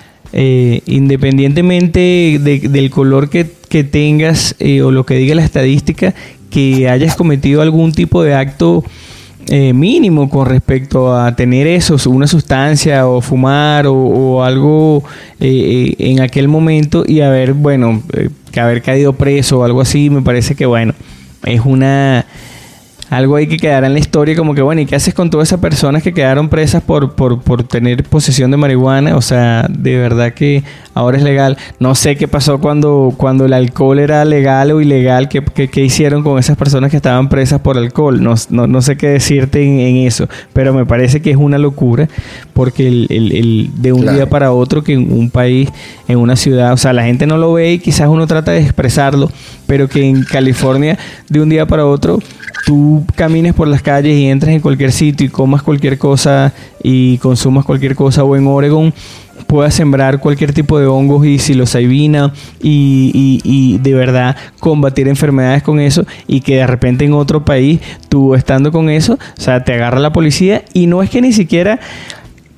eh, independientemente de, del color que, que tengas eh, o lo que diga la estadística, que hayas cometido algún tipo de acto Eh, mínimo con respecto a tener eso, una sustancia o fumar o, o algo eh, en aquel momento y haber, bueno, eh, que haber caído preso o algo así, me parece que, bueno, es una... algo ahí que quedará en la historia como que, bueno, ¿y qué haces con todas esas personas que quedaron presas por, por, por tener posesión de marihuana? O sea, de verdad que ahora es legal. No sé qué pasó cuando, cuando el alcohol era legal o ilegal. ¿Qué, qué, qué hicieron con esas personas que estaban presas por alcohol? No, no, no sé qué decirte en, en eso. Pero me parece que es una locura porque el, el, el de un claro. día para otro que en un país, en una ciudad, o sea, la gente no lo ve y quizás uno trata de expresarlo, pero que en California de un día para otro tú camines por las calles y entres en cualquier sitio y comas cualquier cosa y consumas cualquier cosa, o en Oregon puedas sembrar cualquier tipo de hongos y psilocibina y, y, y de verdad combatir enfermedades con eso, y que de repente en otro país tú estando con eso, o sea, te agarra la policía y no es que ni siquiera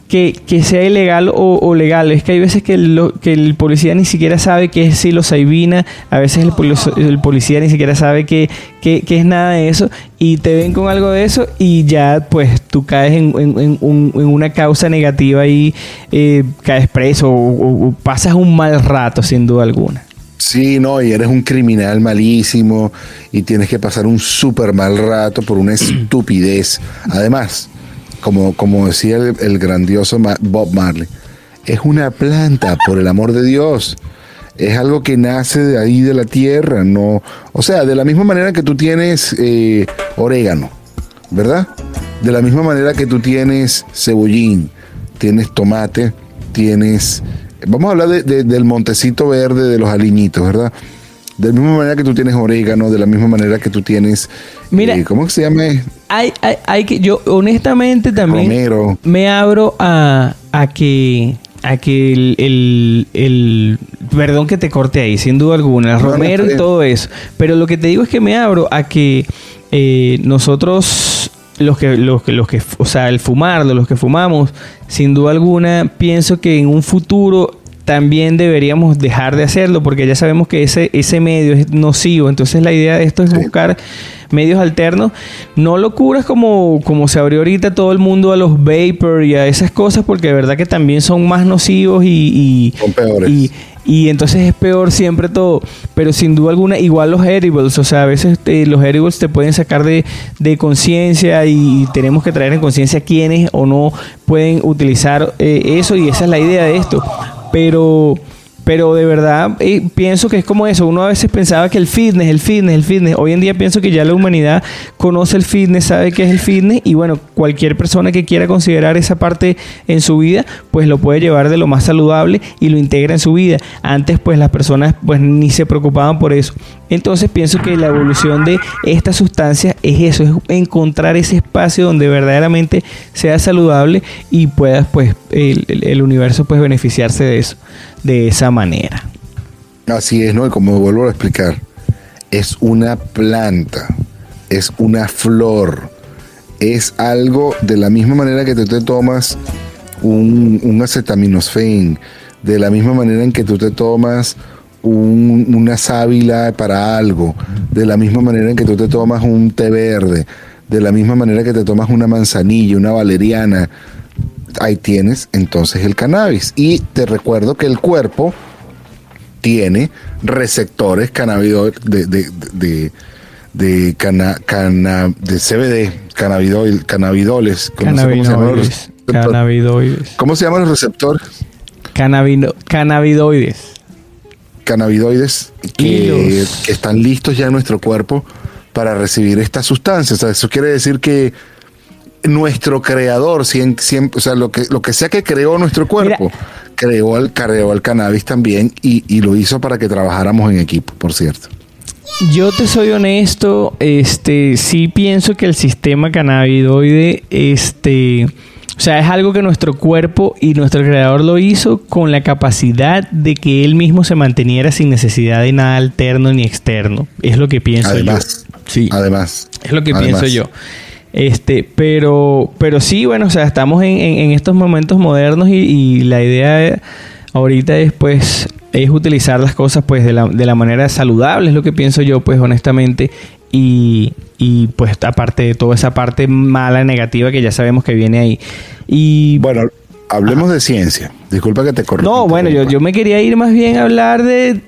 que, que sea ilegal o, o legal. Es que hay veces que el, que el policía ni siquiera sabe qué es psilocibina, a veces el, poli, el policía ni siquiera sabe qué, qué, qué es nada de eso, y te ven con algo de eso y ya pues tú caes en, en, en, un, en una causa negativa y eh, caes preso o, o, o pasas un mal rato sin duda alguna. Sí, no, y eres un criminal malísimo y tienes que pasar un súper mal rato por una estupidez. Además, como, como decía el, el grandioso Bob Marley, es una planta, por el amor de Dios. Es algo que nace de ahí, de la tierra. No, o sea, de la misma manera que tú tienes eh, orégano, ¿verdad? De la misma manera que tú tienes cebollín, tienes tomate, tienes... Vamos a hablar de, de, del montecito verde de los aliñitos, ¿verdad? De la misma manera que tú tienes orégano, de la misma manera que tú tienes... Mira, eh, ¿cómo se llama? Hay, hay, hay que, yo honestamente también Romero. me abro a, a que... a que el, el, el... Perdón que te corte ahí, sin duda alguna. El romero no, no, y todo eso. Pero lo que te digo es que me abro a que eh, nosotros... Los que, los que, los que, o sea, el fumar, de los que fumamos, sin duda alguna, pienso que en un futuro también deberíamos dejar de hacerlo, porque ya sabemos que ese, ese medio es nocivo. Entonces la idea de esto es buscar medios alternos, no locuras como, como se abrió ahorita todo el mundo a los vapor y a esas cosas, porque de verdad que también son más nocivos y, y son peores. Y, y entonces es peor siempre todo. Pero sin duda alguna, igual los edibles, o sea, a veces eh, los edibles te pueden sacar de, de conciencia y tenemos que traer en conciencia quiénes o no pueden utilizar eh, eso, y esa es la idea de esto. Pero... Pero de verdad eh, pienso que es como eso. Uno a veces pensaba que el fitness, el fitness, el fitness. Hoy en día pienso que ya la humanidad conoce el fitness, sabe qué es el fitness. Y bueno, cualquier persona que quiera considerar esa parte en su vida, pues lo puede llevar de lo más saludable y lo integra en su vida. Antes pues las personas pues ni se preocupaban por eso. Entonces pienso que la evolución de estas sustancias es eso, es encontrar ese espacio donde verdaderamente sea saludable y puedas pues el, el, el universo pues beneficiarse de eso, de esa manera. Así es, ¿no? Y como vuelvo a explicar, es una planta, es una flor, es algo de la misma manera que tú te tomas un, un acetaminofén, de la misma manera en que tú te tomas un, una sábila para algo, de la misma manera en que tú te tomas un té verde, de la misma manera que te tomas una manzanilla, una valeriana. Ahí tienes entonces el cannabis. Y te recuerdo que el cuerpo tiene receptores cannabidoides de, de, de, de, cana, cana, de C B D, cannabidoides, cannabidoles. Cannabidoides. Cannabidoides. ¿Cómo se llaman los receptores? Cannabino, cannabidoides. Cannabidoides que, que están listos ya en nuestro cuerpo para recibir estas sustancias. O sea, eso quiere decir que nuestro creador, siempre, siempre, o sea, lo que, lo que sea que creó nuestro cuerpo, Mira, creó el, creó el cannabis también y, y lo hizo para que trabajáramos en equipo, por cierto. Yo te soy honesto, este, sí pienso que el sistema cannabidoide, este, o sea, es algo que nuestro cuerpo y nuestro creador lo hizo con la capacidad de que él mismo se manteniera sin necesidad de nada alterno ni externo. Es lo que pienso además, yo. Sí. Además. Es lo que además. pienso yo. Este, pero, pero sí, bueno, o sea, estamos en, en, en estos momentos modernos y, y la idea ahorita es, pues, es utilizar las cosas, pues, de la, de la manera saludable, es lo que pienso yo, pues, honestamente, y, y, pues, aparte de toda esa parte mala, negativa que ya sabemos que viene ahí. Y bueno, hablemos ah. de ciencia. Disculpa que te corrija. No, bueno, yo, yo me quería ir más bien a hablar de...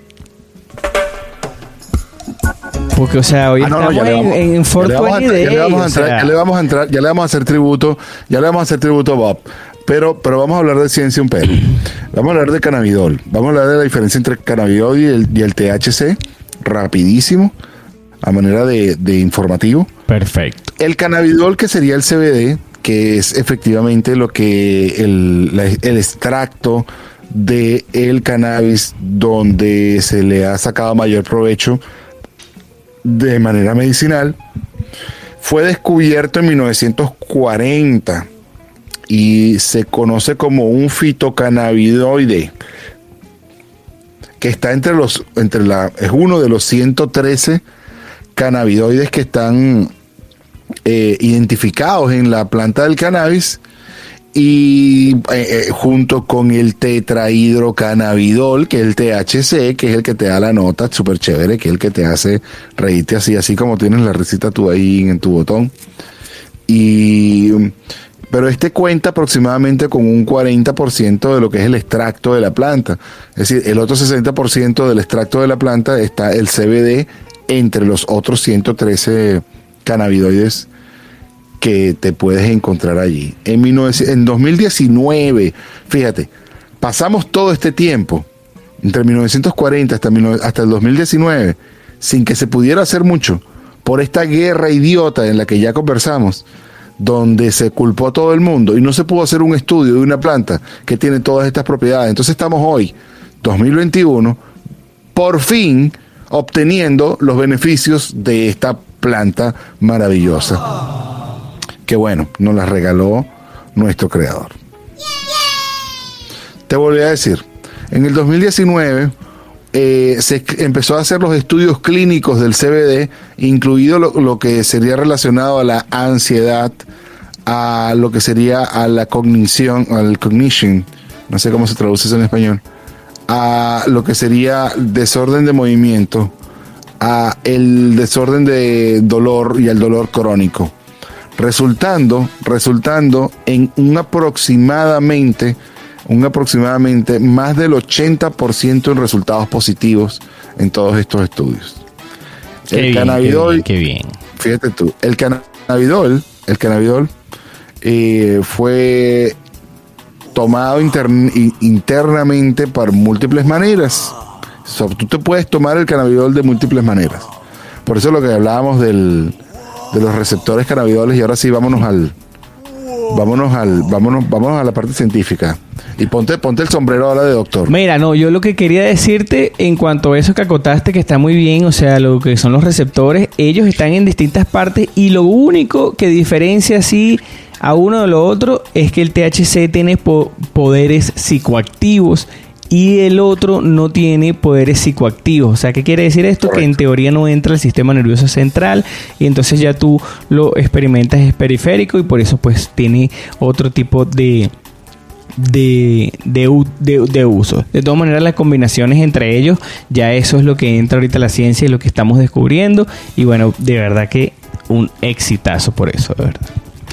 Porque, o sea, hoy ah, no, estamos no, en, en cuatro veinte ya, ya le vamos a entrar, ya le vamos a entrar, ya le vamos a hacer tributo, ya le vamos a hacer tributo a Bob. Pero, pero vamos a hablar de ciencia un pelo. Vamos a hablar de cannabidol. Vamos a hablar de la diferencia entre el cannabidol y el, y el T H C. Rapidísimo. A manera de, de informativo. Perfecto. El cannabidol, que sería el C B D, que es efectivamente lo que el, la, el extracto de el cannabis donde se le ha sacado mayor provecho de manera medicinal, fue descubierto en mil novecientos cuarenta y se conoce como un fitocannabidoide, que está entre los, entre la, es uno de los ciento trece cannabidoides que están eh, identificados en la planta del cannabis, y eh, eh, junto con el tetrahidrocannabidol, que es el T H C, que es el que te da la nota súper chévere, que es el que te hace reírte así, así como tienes la risita tú ahí en tu botón. Y pero este cuenta aproximadamente con un cuarenta por ciento de lo que es el extracto de la planta. Es decir, el otro sesenta por ciento del extracto de la planta está el C B D entre los otros ciento trece cannabinoides que te puedes encontrar allí. En, en dos mil diecinueve, fíjate, pasamos todo este tiempo, entre mil novecientos cuarenta hasta, hasta el dos mil diecinueve, sin que se pudiera hacer mucho, por esta guerra idiota en la que ya conversamos, donde se culpó a todo el mundo y no se pudo hacer un estudio de una planta que tiene todas estas propiedades. Entonces estamos hoy, dos mil veintiuno, por fin obteniendo los beneficios de esta planta maravillosa, que bueno, nos la regaló nuestro creador. Te volví a decir, en el dos mil diecinueve eh, se empezó a hacer los estudios clínicos del C B D, incluido lo, lo que sería relacionado a la ansiedad, a lo que sería a la cognición, al cognition, no sé cómo se traduce eso en español, a lo que sería desorden de movimiento, a el desorden de dolor y al dolor crónico, resultando, resultando en un aproximadamente un aproximadamente más del ochenta por ciento en resultados positivos en todos estos estudios. Qué el bien, cannabidol, qué bien, qué bien. Fíjate tú, el cannabidol, el cannabidol eh, fue tomado intern, internamente por múltiples maneras. O sea, tú te puedes tomar el cannabidol de múltiples maneras. Por eso es lo que hablábamos del, de los receptores cannabidoles. Y ahora sí, vámonos al vámonos al vámonos vámonos a la parte científica. Y ponte ponte el sombrero ahora de doctor. Mira, no, yo lo que quería decirte en cuanto a eso que acotaste, que está muy bien, o sea, lo que son los receptores, ellos están en distintas partes y lo único que diferencia así a uno de lo otro es que el T H C tiene po- poderes psicoactivos y el otro no tiene poderes psicoactivos. O sea, ¿qué quiere decir esto? Correcto. Que en teoría no entra al sistema nervioso central y entonces ya tú lo experimentas es periférico y por eso pues tiene otro tipo de... De, de, de, de uso. De todas maneras, las combinaciones entre ellos, ya eso es lo que entra ahorita la ciencia y lo que estamos descubriendo. Y bueno, de verdad que un exitazo por eso, de verdad.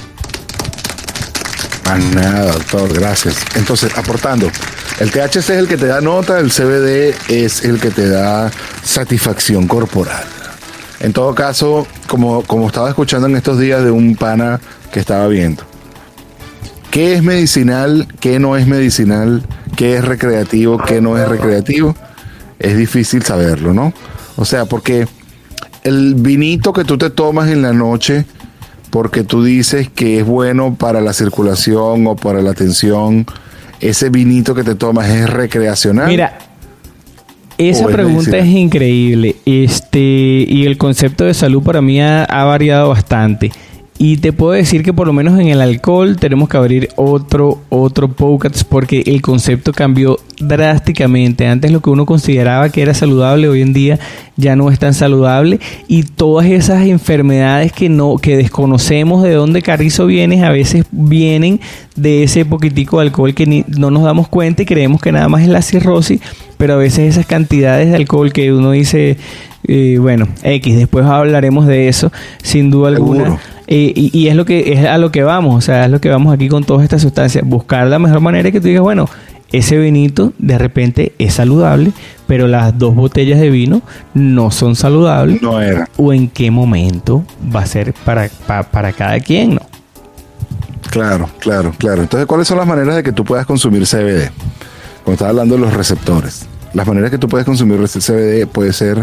Ah, nada, doctor, gracias. Entonces, aportando, el T H C es el que te da nota, el C B D es el que te da satisfacción corporal. En todo caso, como, como estaba escuchando en estos días de un pana que estaba viendo, ¿qué es medicinal? ¿Qué no es medicinal? ¿Qué es recreativo? ¿Qué no es recreativo? Es difícil saberlo, ¿no? O sea, porque el vinito que tú te tomas en la noche, porque tú dices que es bueno para la circulación o para la tensión, ese vinito que te tomas es recreacional. Mira, esa pregunta es increíble. Este, y el concepto de salud para mí ha, ha variado bastante. Y te puedo decir que por lo menos en el alcohol tenemos que abrir otro, otro podcast porque el concepto cambió drásticamente. Antes lo que uno consideraba que era saludable, hoy en día ya no es tan saludable. Y todas esas enfermedades que no, que desconocemos de dónde carrizo viene, a veces vienen de ese poquitico de alcohol que ni, no nos damos cuenta y creemos que nada más es la cirrosis. Pero a veces esas cantidades de alcohol que uno dice, eh, bueno, X, después hablaremos de eso, sin duda alguna. Seguro. Eh, y, y es lo que es a lo que vamos, o sea, es lo que vamos aquí con todas estas sustancias, buscar la mejor manera que tú digas, bueno, ese vinito de repente es saludable, pero las dos botellas de vino no son saludables. No era. O en qué momento va a ser para, para, para cada quien, ¿no? Claro, claro, claro. Entonces, ¿cuáles son las maneras de que tú puedas consumir C B D? Cuando estaba hablando de los receptores, las maneras que tú puedes consumir C B D puede ser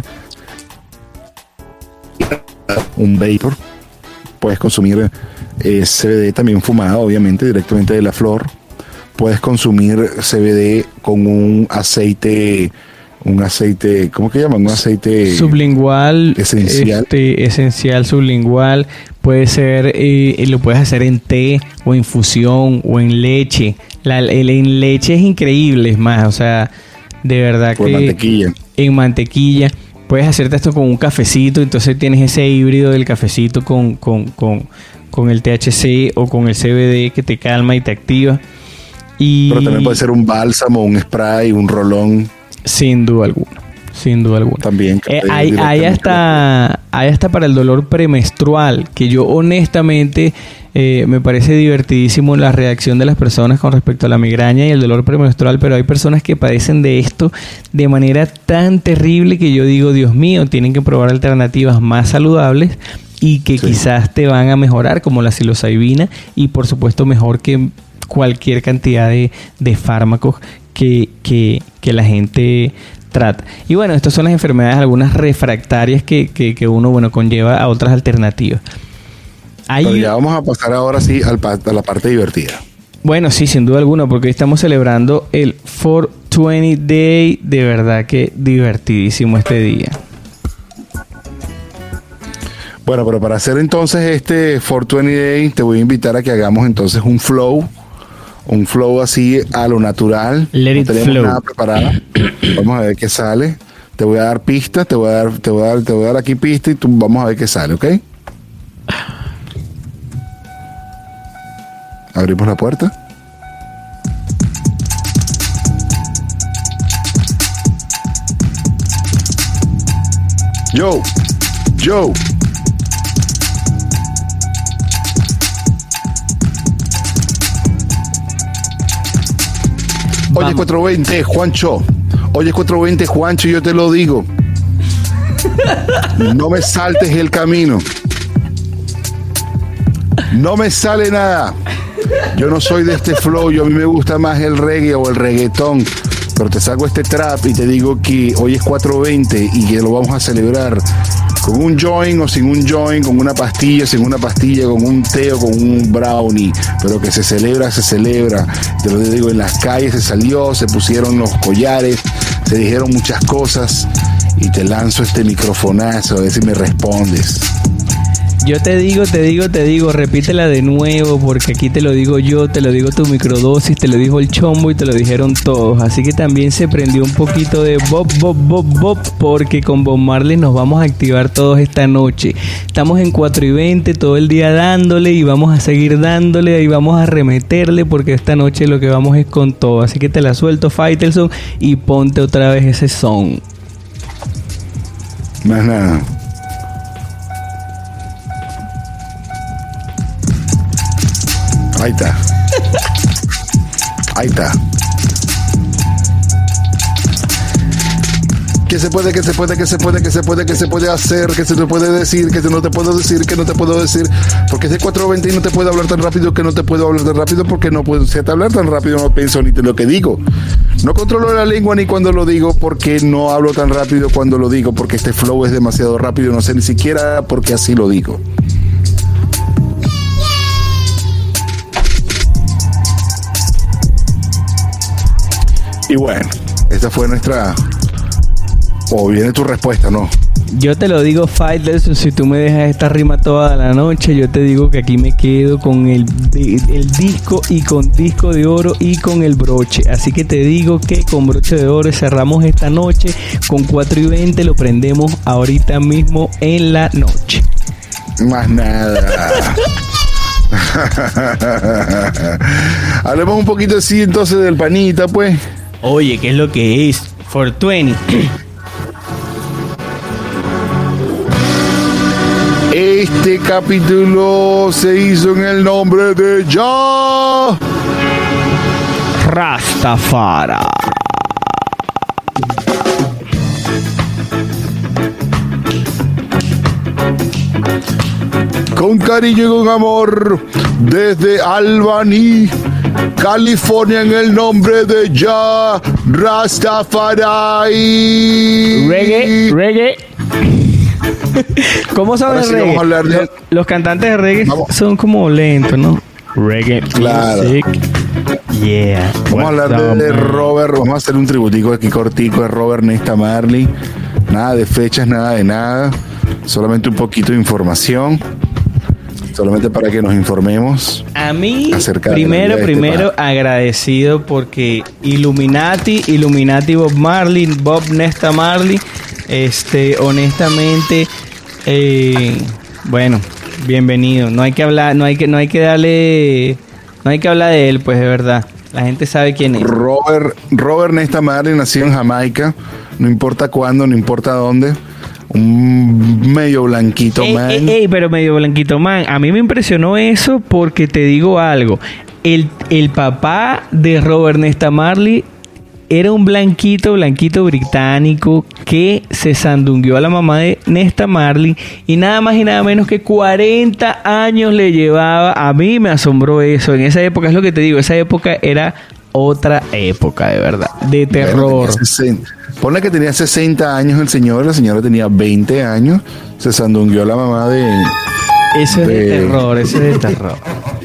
un vapor. Puedes consumir eh, C B D también fumado, obviamente, directamente de la flor. Puedes consumir C B D con un aceite, un aceite, ¿cómo que llaman? Un aceite sublingual, esencial. Este, esencial sublingual. Puede ser, eh, lo puedes hacer en té o infusión o en leche. La, el, en leche es increíble, es más, o sea, de verdad o que... en mantequilla. En mantequilla. puedes hacerte esto con un cafecito, entonces tienes ese híbrido del cafecito con, con, con, con el T H C o con el C B D que te calma y te activa. Y pero también puede ser un bálsamo, un spray, un rolón. Sin duda alguna. Sin duda alguna. También. Eh, hay, hay, hasta, hay hasta para el dolor premenstrual, que yo honestamente eh, me parece divertidísimo la reacción de las personas con respecto a la migraña y el dolor premenstrual, pero hay personas que padecen de esto de manera tan terrible que yo digo, Dios mío, tienen que probar alternativas más saludables y que sí. quizás te van a mejorar, como la psilocibina, y por supuesto mejor que cualquier cantidad de, de fármacos que, que, que la gente trata. Y bueno, estas son las enfermedades, algunas refractarias que, que, que uno, bueno, conlleva a otras alternativas. Hay... Pero ya vamos a pasar ahora sí al, a la parte divertida. Bueno, sí, sin duda alguna, porque hoy estamos celebrando el cuatrocientos veinte Day. De verdad que divertidísimo este día. Bueno, pero para hacer entonces este cuatrocientos veinte Day, te voy a invitar a que hagamos entonces un flow. Un flow así a lo natural. Let no it tenemos flow. nada preparado. Vamos a ver qué sale. Te voy a dar pistas, te voy a dar, te voy a dar, te voy a dar aquí pistas y tú vamos a ver qué sale, ¿ok? Abrimos la puerta. Yo, yo. Oye, cuatrocientos veinte, Juancho. Oye, cuatrocientos veinte, Juancho, yo te lo digo. No me saltes el camino. No me sale nada. Yo no soy de este flow. Yo a mí me gusta más el reggae o el reggaetón. Pero te saco este trap y te digo que hoy es cuatrocientos veinte y que lo vamos a celebrar con un joint o sin un joint, con una pastilla, sin una pastilla, con un té o con un brownie, pero que se celebra, se celebra. Te lo digo, en las calles se salió, se pusieron los collares, se dijeron muchas cosas y te lanzo este microfonazo a ver si me respondes. Yo te digo, te digo, te digo, repítela de nuevo porque aquí te lo digo yo, te lo digo tu microdosis, te lo dijo el Chombo y te lo dijeron todos. Así que también se prendió un poquito de Bob, Bob, Bob, Bob porque con Bob Marley nos vamos a activar todos esta noche. Estamos en cuatro y veinte todo el día dándole y vamos a seguir dándole y vamos a remeterle porque esta noche lo que vamos es con todo. Así que te la suelto, Faitelson, y ponte otra vez ese son. Más nada. Ahí está. Ahí está. ¿Qué se puede, qué se puede, qué se puede, qué se puede, qué se puede hacer, qué se te puede decir, qué no te puedo decir, qué no te puedo decir? Porque es cuatrocientos veinte y no te puedo hablar tan rápido, que no te puedo hablar tan rápido, porque no puedo si te hablar tan rápido, no pienso ni lo que digo. No controlo la lengua ni cuando lo digo, porque no hablo tan rápido cuando lo digo, porque este flow es demasiado rápido, no sé ni siquiera por qué así lo digo. Y bueno, esta fue nuestra... O viene tu respuesta, ¿no? Yo te lo digo, Faitelson, si tú me dejas esta rima toda la noche, yo te digo que aquí me quedo con el, el disco y con disco de oro y con el broche. Así que te digo que con broche de oro cerramos esta noche, con cuatro y veinte lo prendemos ahorita mismo en la noche. Más nada. Hablemos un poquito así entonces del panita, pues. Oye, ¿qué es lo que es? cuatrocientos veinte. Este capítulo se hizo en el nombre de Jah Rastafari. Con cariño y con amor, desde Albany, California, en el nombre de Jah Rastafari. Reggae, reggae. ¿Cómo son el sí reggae? De... Los, los cantantes de reggae vamos. Son como lentos, ¿no? Reggae claro. Music. Yeah. Vamos a hablar de, de Robert. Vamos a hacer un tributico aquí cortico de Robert Nesta Marley. Nada de fechas, nada de nada. Solamente un poquito de información. Solamente para que nos informemos. A mí, primero, primero este agradecido porque Illuminati, Illuminati Bob Marley, Bob Nesta Marley, Este, honestamente, eh, bueno, bienvenido. No hay que hablar, no hay que, no hay que darle, no hay que hablar de él, pues de verdad. La gente sabe quién es. Robert, Robert Nesta Marley nació en Jamaica, no importa cuándo, no importa dónde. Un medio blanquito ey, man. Ey, ey, pero medio blanquito man. A mí me impresionó eso porque te digo algo. El, el papá de Robert Nesta Marley era un blanquito, blanquito británico que se sandungueó a la mamá de Nesta Marley y nada más y nada menos que cuarenta años le llevaba. A mí me asombró eso. En esa época, es lo que te digo, esa época era otra época, de verdad, de terror. Bueno, ponle que tenía sesenta años el señor, la señora tenía veinte años, se sandungueó a la mamá de... Eso es de, de terror, eso es de terror.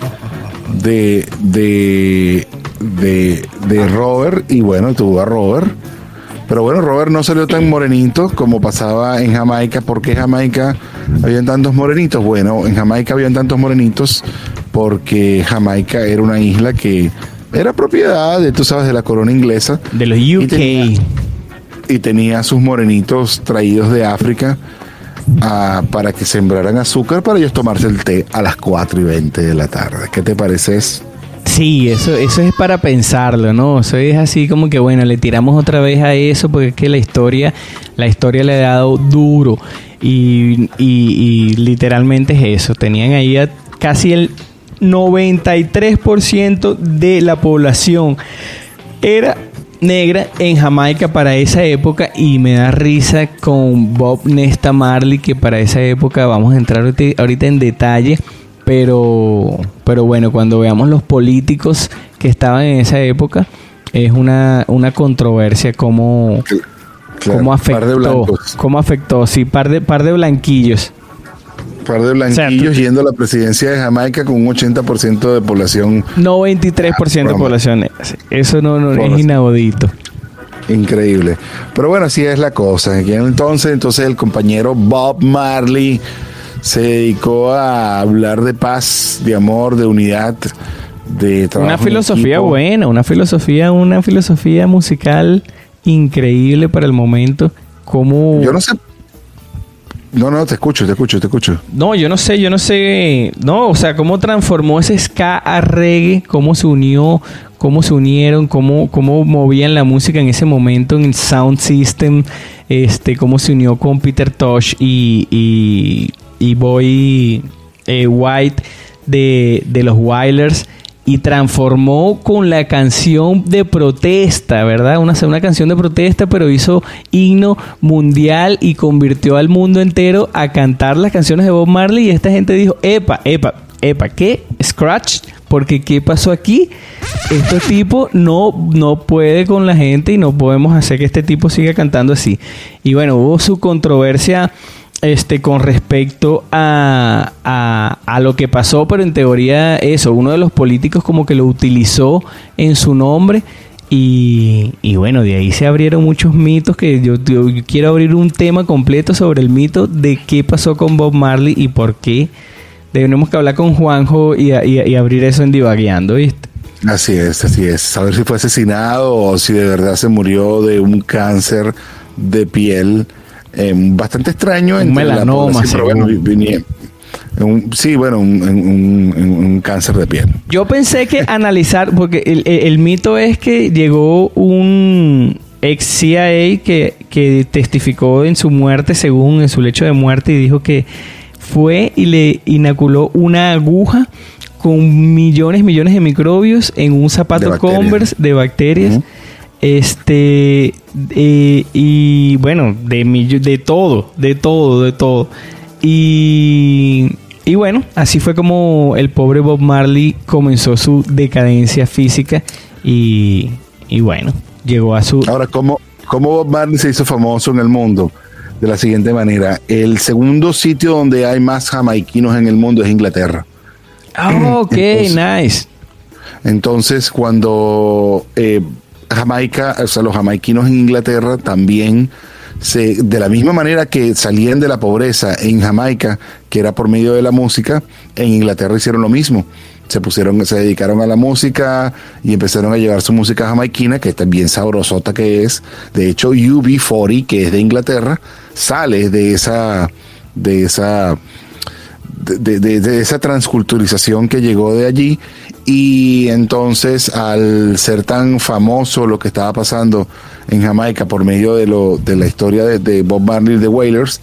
De, de, de, de Robert, y bueno, tuvo a Robert. Pero bueno, Robert no salió tan morenito como pasaba en Jamaica. ¿Por qué en Jamaica habían tantos morenitos? Bueno, en Jamaica habían tantos morenitos porque Jamaica era una isla que era propiedad de, tú sabes, de la corona inglesa. De los U K. Y tenía, y tenía sus morenitos traídos de África uh, para que sembraran azúcar para ellos tomarse el té a las cuatro y veinte de la tarde. ¿Qué te parece eso? Sí, eso, eso es para pensarlo, ¿no? Eso es así como que, bueno, le tiramos otra vez a eso porque es que la historia, la historia le ha dado duro. Y, y, y literalmente es eso. Tenían ahí a casi el noventa y tres por ciento de la población era negra en Jamaica para esa época, y me da risa con Bob Nesta Marley, que para esa época vamos a entrar ahorita, ahorita en detalle, pero pero bueno, cuando veamos los políticos que estaban en esa época, es una, una controversia cómo, claro, cómo afectó, cómo afectó, sí, par de, par de blanquillos. Par de blanquillos, o sea, yendo a la presidencia de Jamaica con un ochenta por ciento de población. noventa y tres por ciento de población. Eso no, no es inaudito. Increíble. Pero bueno, así es la cosa. Entonces, entonces el compañero Bob Marley se dedicó a hablar de paz, de amor, de unidad, de trabajo. Una filosofía buena, una filosofía, una filosofía musical increíble para el momento. Como yo no sé. No, no, te escucho, te escucho, te escucho. No, yo no sé, yo no sé. No, o sea, cómo transformó ese ska a reggae, cómo se unió, cómo se unieron, cómo, cómo movían la música en ese momento en el sound system, este, cómo se unió con Peter Tosh y, y, y Boy eh, White de, de los Wailers. Y transformó con la canción de protesta, ¿verdad? Una, una canción de protesta, pero hizo himno mundial y convirtió al mundo entero a cantar las canciones de Bob Marley. Y esta gente dijo, epa, epa, epa, ¿qué? Scratch, porque ¿qué pasó aquí? Este tipo no, no puede con la gente y no podemos hacer que este tipo siga cantando así. Y bueno, hubo su controversia Este, con respecto a, a, a lo que pasó, pero en teoría eso, uno de los políticos como que lo utilizó en su nombre y, y bueno, de ahí se abrieron muchos mitos que yo, yo quiero abrir un tema completo sobre el mito de qué pasó con Bob Marley y por qué. Tenemos que hablar con Juanjo y, y, y abrir eso en Divagueando, ¿viste? Así es, así es. Saber si fue asesinado o si de verdad se murió de un cáncer de piel. Eh, bastante extraño un melanoma, pero bueno, venía, un, sí, bueno, un, un, un, un cáncer de piel. Yo pensé que analizar, porque el, el, el mito es que llegó un ex C I A que, que testificó en su muerte, según en su lecho de muerte, y dijo que fue y le inoculó una aguja con millones, millones de microbios en un zapato de Converse de bacterias. Uh-huh. Este eh, y bueno, de, de todo, de todo, de todo. Y, y bueno, así fue como el pobre Bob Marley comenzó su decadencia física. Y, y bueno, llegó a su... Ahora, ¿cómo, ¿cómo Bob Marley se hizo famoso en el mundo? De la siguiente manera: el segundo sitio donde hay más jamaiquinos en el mundo es Inglaterra. Oh, ok, entonces, nice. Entonces, cuando... Eh, Jamaica, o sea, los jamaiquinos en Inglaterra también se, de la misma manera que salían de la pobreza en Jamaica, que era por medio de la música, en Inglaterra hicieron lo mismo. Se pusieron, se dedicaron a la música y empezaron a llevar su música jamaiquina, que también sabrosota que es. De hecho, U B cuarenta, que es de Inglaterra, sale de esa, de esa, de, de, de esa transculturización que llegó de allí. Y entonces, al ser tan famoso lo que estaba pasando en Jamaica por medio de lo, de la historia de, de Bob Marley y The Wailers,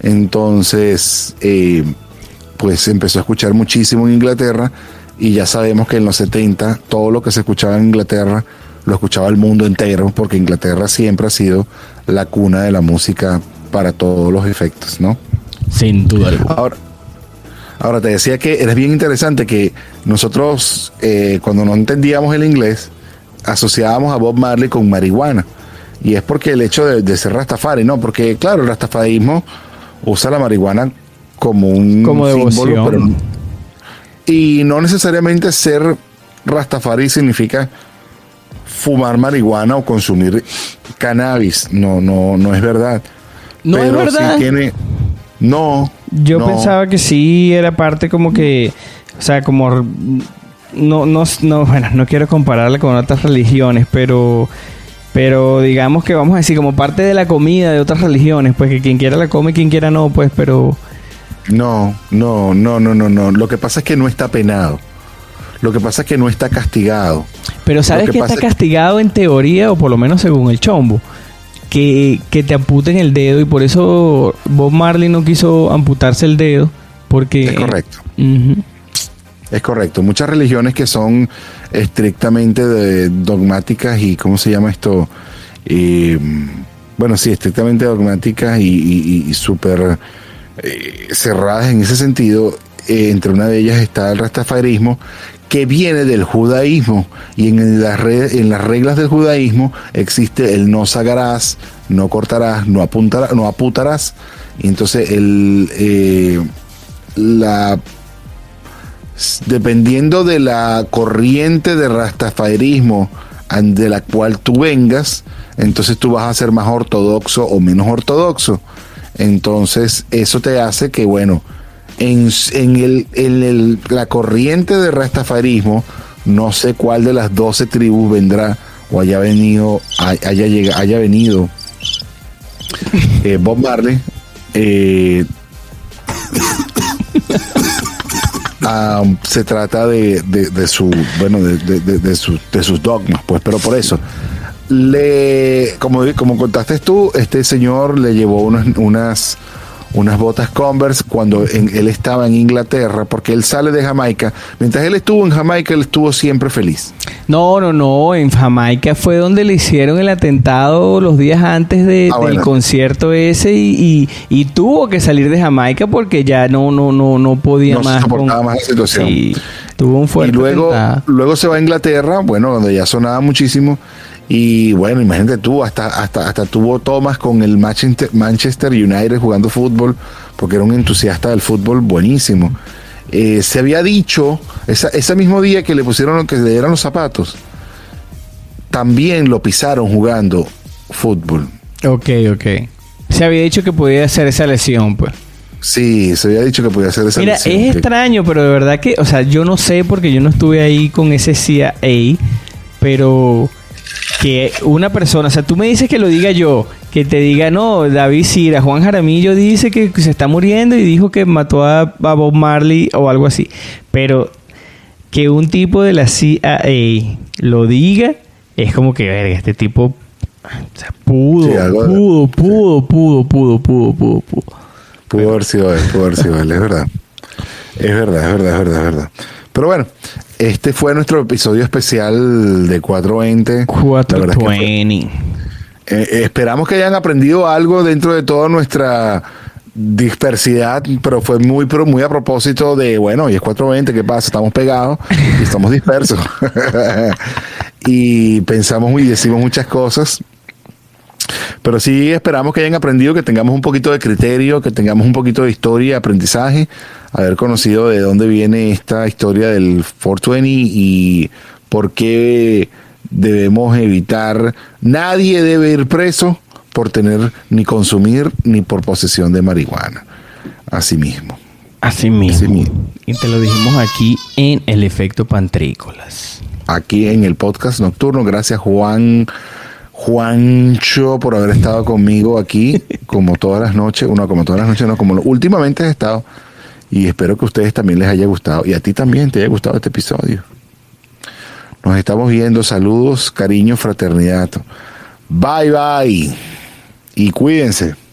entonces eh, pues se empezó a escuchar muchísimo en Inglaterra. Y ya sabemos que en los setenta todo lo que se escuchaba en Inglaterra lo escuchaba el mundo entero, porque Inglaterra siempre ha sido la cuna de la música para todos los efectos, ¿no? Sin duda alguna. Ahora, ahora te decía que era bien interesante que nosotros eh, cuando no entendíamos el inglés asociábamos a Bob Marley con marihuana, y es porque el hecho de, de ser rastafari, ¿no? Porque claro, el rastafarismo usa la marihuana como un como símbolo, devoción. pero y no necesariamente ser rastafari significa fumar marihuana o consumir cannabis. No, no, no es verdad. No pero es verdad. Sí tiene, no. Yo no. pensaba que sí era parte como que, o sea, como no, no, no, bueno, no quiero compararla con otras religiones, pero, pero digamos que vamos a decir como parte de la comida de otras religiones, pues que quien quiera la come, quien quiera no, pues, pero No, no, no, no, no, no. Lo que pasa es que no está penado. Lo que pasa es que no está castigado. Pero ¿sabes que que está pasa- castigado en teoría, o por lo menos según el chombo? Que, que te amputen el dedo, y por eso Bob Marley no quiso amputarse el dedo, porque... Es correcto. Ujú. Es correcto. Muchas religiones que son estrictamente de- dogmáticas y, ¿cómo se llama esto? Eh, bueno, sí, estrictamente dogmáticas y, y, y súper eh, cerradas en ese sentido. Eh, entre una de ellas está el rastafarismo, que viene del judaísmo, y en las, re- en las reglas del judaísmo existe el no sagarás, no cortarás, no apuntarás, no aputarás. Y entonces el eh, la dependiendo de la corriente de rastafarismo an- de la cual tú vengas, entonces tú vas a ser más ortodoxo o menos ortodoxo. Entonces eso te hace que, bueno, en, en, el, en el, la corriente de rastafarismo, no sé cuál de las doce tribus vendrá o haya venido, haya, llegado, haya venido eh, Bob Marley. Eh, Um, se trata de, de, de su bueno de, de, de, de, su, de sus dogmas, pues, pero por eso le como, como contaste tú, este señor le llevó unas unas, unas botas Converse cuando en, él estaba en Inglaterra, porque él sale de Jamaica. Mientras él estuvo en Jamaica, él estuvo siempre feliz. No, no, no. En Jamaica fue donde le hicieron el atentado los días antes de, Ah, del bueno. concierto ese, y, y, y tuvo que salir de Jamaica porque ya no, no, no, no podía No se más. soportaba más la situación. Sí, tuvo un fuerte Y luego, atentado. luego se va a Inglaterra, bueno, donde ya sonaba muchísimo. Y bueno, imagínate tú, hasta, hasta, hasta tuvo tomas con el Manchester, Manchester United jugando fútbol, porque era un entusiasta del fútbol buenísimo. Eh, se había dicho, esa, ese mismo día que le pusieron, que le dieron los zapatos, también lo pisaron jugando fútbol. Ok, ok. Se había dicho que podía hacer esa lesión, pues. Sí, se había dicho que podía hacer esa Mira, lesión, es que- extraño, pero de verdad que, o sea, yo no sé porque yo no estuve ahí con ese C I A, pero que una persona, o sea, tú me dices que lo diga yo, que te diga, no, David Cira, Juan Jaramillo dice que se está muriendo y dijo que mató a, a Bob Marley o algo así, pero que un tipo de la C I A lo diga, es como que, verga, este tipo, o sea, pudo, Sí, algo de- pudo, pudo, pudo, pudo, pudo, pudo, pudo. Pudo haber sido él, pudo haber sido él, es verdad. Es verdad, es verdad, es verdad, es verdad. Pero bueno, este fue nuestro episodio especial de cuatrocientos veinte. La verdad es que fue- cuatrocientos veinte. eh, esperamos que hayan aprendido algo dentro de toda nuestra dispersidad, pero fue muy, pero muy a propósito de, bueno, y es cuatrocientos veinte, ¿qué pasa? Estamos pegados y estamos dispersos. Y pensamos y decimos muchas cosas. Pero sí esperamos que hayan aprendido, que tengamos un poquito de criterio, que tengamos un poquito de historia, aprendizaje, haber conocido de dónde viene esta historia del cuatrocientos veinte y por qué debemos evitar. Nadie debe ir preso por tener, ni consumir, ni por posesión de marihuana. Así mismo. Así mismo. Así mismo. Y te lo dijimos aquí en El Efecto Pantrícolas. Aquí en el podcast nocturno. Gracias, Juan... Juancho, por haber estado conmigo aquí, como todas las noches, no, como todas las noches, no, como últimamente he estado, y espero que a ustedes también les haya gustado, y a ti también te haya gustado este episodio. Nos estamos viendo, saludos, cariño, fraternidad. Bye, bye, y cuídense.